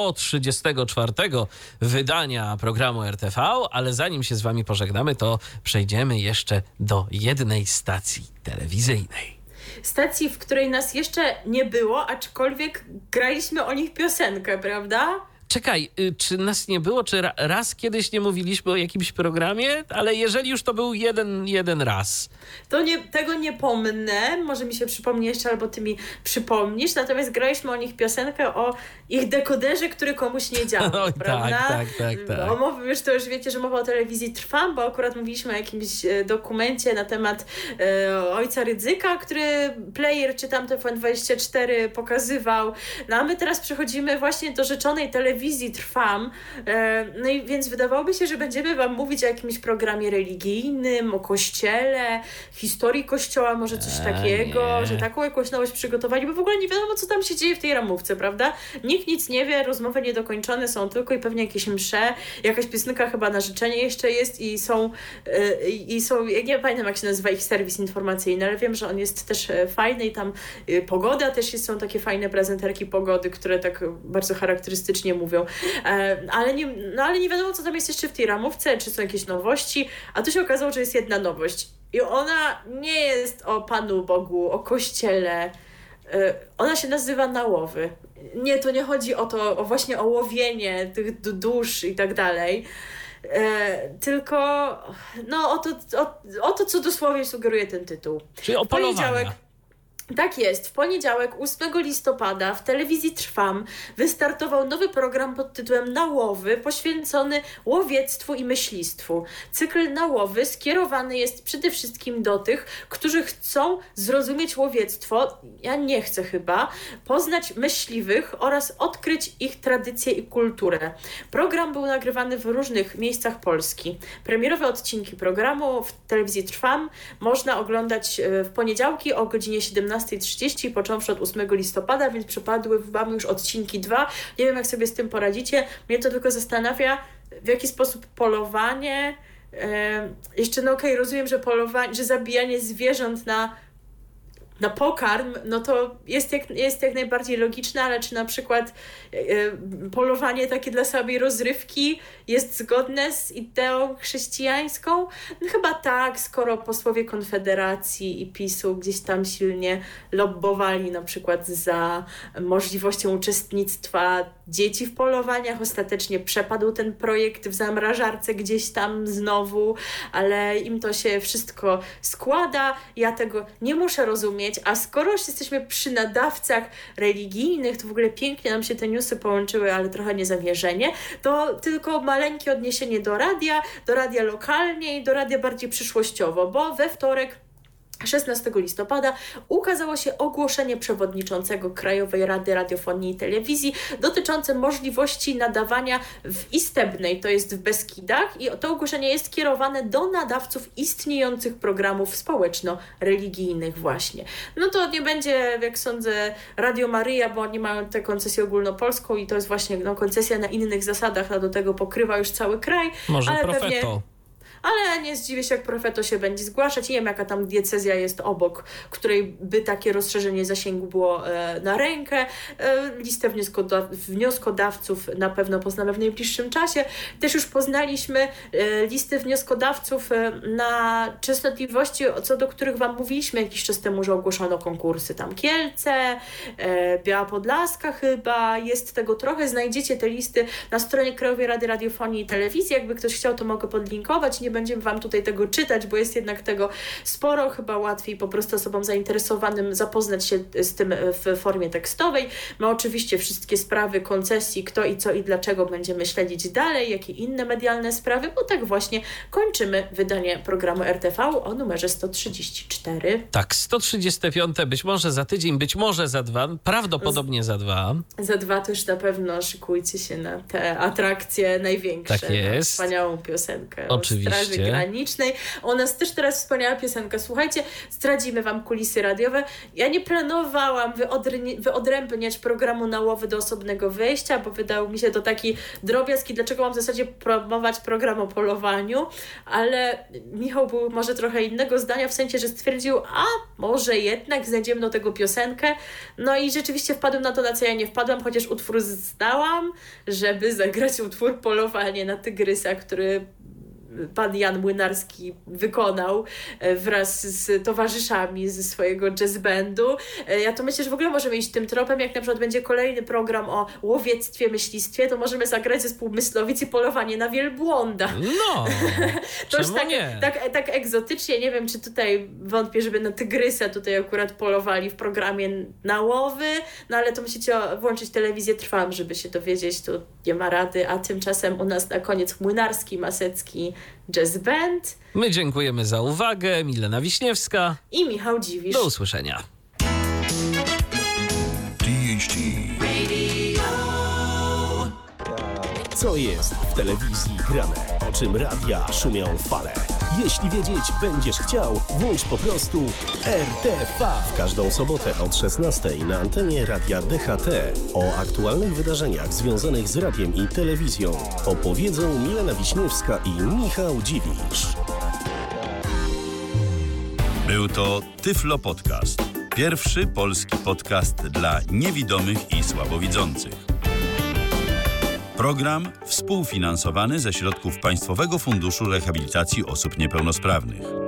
C: 134 wydania programu RTV, ale zanim się z wami pożegnamy, to przejdziemy jeszcze do jednej stacji telewizyjnej.
D: Stacji, w której nas jeszcze nie było, aczkolwiek graliśmy o nich piosenkę, prawda?
C: Czekaj, czy nas nie było, czy raz kiedyś nie mówiliśmy o jakimś programie? Ale jeżeli już to był jeden raz.
D: To tego nie pomnę, może mi się przypomni jeszcze, albo ty mi przypomnisz, natomiast graliśmy o nich piosenkę o ich dekoderze, który komuś nie działa,
C: Oj,
D: prawda?
C: Tak.
D: To już wiecie, że mowa o telewizji trwa, bo akurat mówiliśmy o jakimś dokumencie na temat ojca Rydzyka, który player czy tam TVN24 pokazywał. No a my teraz przechodzimy właśnie do rzeczonej telewizji Trwam. No i więc wydawałoby się, że będziemy wam mówić o jakimś programie religijnym, o kościele, historii kościoła, może coś takiego,
C: nie.
D: że taką jakąś nowość przygotowali, bo w ogóle nie wiadomo, co tam się dzieje w tej ramówce, prawda? Nikt nic nie wie, rozmowy niedokończone są tylko i pewnie jakieś msze, jakaś piosenka chyba na życzenie jeszcze jest i są, ja nie pamiętam, jak się nazywa ich serwis informacyjny, ale wiem, że on jest też fajny i tam pogoda też jest, są takie fajne prezenterki pogody, które tak bardzo charakterystycznie mówią. Ale nie wiadomo, co tam jest jeszcze w tej ramówce, czy są jakieś nowości, a tu się okazało, że jest jedna nowość. I ona nie jest o Panu Bogu, o Kościele. Ona się nazywa Nałowy. Nie, to nie chodzi o to, właśnie o łowienie tych dusz i tak dalej. Tylko o to, co dosłownie sugeruje ten tytuł.
C: Czyli o polowania.
D: Tak jest. W poniedziałek, 8 listopada w telewizji Trwam wystartował nowy program pod tytułem Na łowy, poświęcony łowiectwu i myślistwu. Cykl Na łowy skierowany jest przede wszystkim do tych, którzy chcą zrozumieć łowiectwo, ja nie chcę chyba, poznać myśliwych oraz odkryć ich tradycje i kulturę. Program był nagrywany w różnych miejscach Polski. Premierowe odcinki programu w telewizji Trwam można oglądać w poniedziałki o godzinie 17:30, począwszy od 8 listopada, więc przypadły wam już odcinki 2. Nie wiem, jak sobie z tym poradzicie. Mnie to tylko zastanawia, w jaki sposób polowanie, jeszcze rozumiem, że polowanie, że zabijanie zwierząt na pokarm, no to jest jak najbardziej logiczne, ale czy na przykład polowanie takie dla samej rozrywki jest zgodne z ideą chrześcijańską? No chyba tak, skoro posłowie Konfederacji i PiS-u gdzieś tam silnie lobbowali na przykład za możliwością uczestnictwa dzieci w polowaniach. Ostatecznie przepadł ten projekt w zamrażarce gdzieś tam znowu, ale im to się wszystko składa. Ja tego nie muszę rozumieć, a skoro już jesteśmy przy nadawcach religijnych, to w ogóle pięknie nam się te newsy połączyły, ale trochę niezamierzenie, to tylko maleńkie odniesienie do radia lokalnie i do radia bardziej przyszłościowo, bo we wtorek 16 listopada ukazało się ogłoszenie przewodniczącego Krajowej Rady Radiofonii i Telewizji dotyczące możliwości nadawania w Istebnej, to jest w Beskidach, i to ogłoszenie jest kierowane do nadawców istniejących programów społeczno-religijnych właśnie. No to nie będzie, jak sądzę, Radio Maryja, bo oni mają tę koncesję ogólnopolską i to jest właśnie koncesja na innych zasadach, a do tego pokrywa już cały kraj.
C: Może
D: ale
C: Profeto.
D: Ale nie zdziwię się, jak Profeto się będzie zgłaszać. Nie wiem, jaka tam diecezja jest obok, której by takie rozszerzenie zasięgu było na rękę. Listę wnioskodawców na pewno poznamy w najbliższym czasie. Też już poznaliśmy listy wnioskodawców na częstotliwości, co do których wam mówiliśmy jakiś czas temu, że ogłoszono konkursy. Tam Kielce, Biała Podlaska chyba, jest tego trochę. Znajdziecie te listy na stronie Krajowej Rady Radiofonii i Telewizji. Jakby ktoś chciał, to mogę podlinkować. Nie będziemy wam tutaj tego czytać, bo jest jednak tego sporo. Chyba łatwiej po prostu osobom zainteresowanym zapoznać się z tym w formie tekstowej. My oczywiście wszystkie sprawy koncesji, kto i co i dlaczego będziemy śledzić dalej, jakie inne medialne sprawy, bo tak właśnie kończymy wydanie programu RTV o numerze 134.
C: Tak, 135, być może za tydzień, być może za 2, prawdopodobnie za 2.
D: Za 2 to już na pewno szykujcie się na te atrakcje największe.
C: Tak jest.
D: Wspaniałą piosenkę.
C: Oczywiście.
D: Straży Granicznej. U nas też teraz wspaniała piosenka. Słuchajcie, zdradzimy wam kulisy radiowe. Ja nie planowałam wyodrębniać programu Na łowy do osobnego wejścia, bo wydał mi się to taki drobiazg i dlaczego mam w zasadzie promować program o polowaniu, ale Michał był może trochę innego zdania, w sensie, że stwierdził, a może jednak znajdziemy do tego piosenkę. No i rzeczywiście wpadłem na to, na co ja nie wpadłam, chociaż utwór znałam, żeby zagrać utwór Polowanie na tygrysa, który pan Jan Młynarski wykonał wraz z towarzyszami ze swojego jazz bandu. Ja to myślę, że w ogóle możemy iść tym tropem, jak na przykład będzie kolejny program o łowiectwie, myślistwie, to możemy zagrać zespół Myslowic i Polowanie na wielbłąda.
C: No,
D: to już tak egzotycznie, nie wiem, czy tutaj wątpię, żeby na tygrysa tutaj akurat polowali w programie Na łowy, no ale to musicie włączyć telewizję Trwam, żeby się dowiedzieć, tu nie ma rady, a tymczasem u nas na koniec Młynarski, Masecki, Jazz Band.
C: My dziękujemy za uwagę. Milena Wiśniewska
D: i Michał Dziwisz.
C: Do usłyszenia.
E: DHT.
B: Co jest w telewizji grane? O czym radia szumią fale? Jeśli wiedzieć będziesz chciał, włącz po prostu RTV w każdą sobotę od 16 na antenie Radia DHT. O aktualnych wydarzeniach związanych z radiem i telewizją opowiedzą Milena Wiśniewska i Michał Dziwisz.
A: Był to Tyflo Podcast. Pierwszy polski podcast dla niewidomych i słabowidzących. Program współfinansowany ze środków Państwowego Funduszu Rehabilitacji Osób Niepełnosprawnych.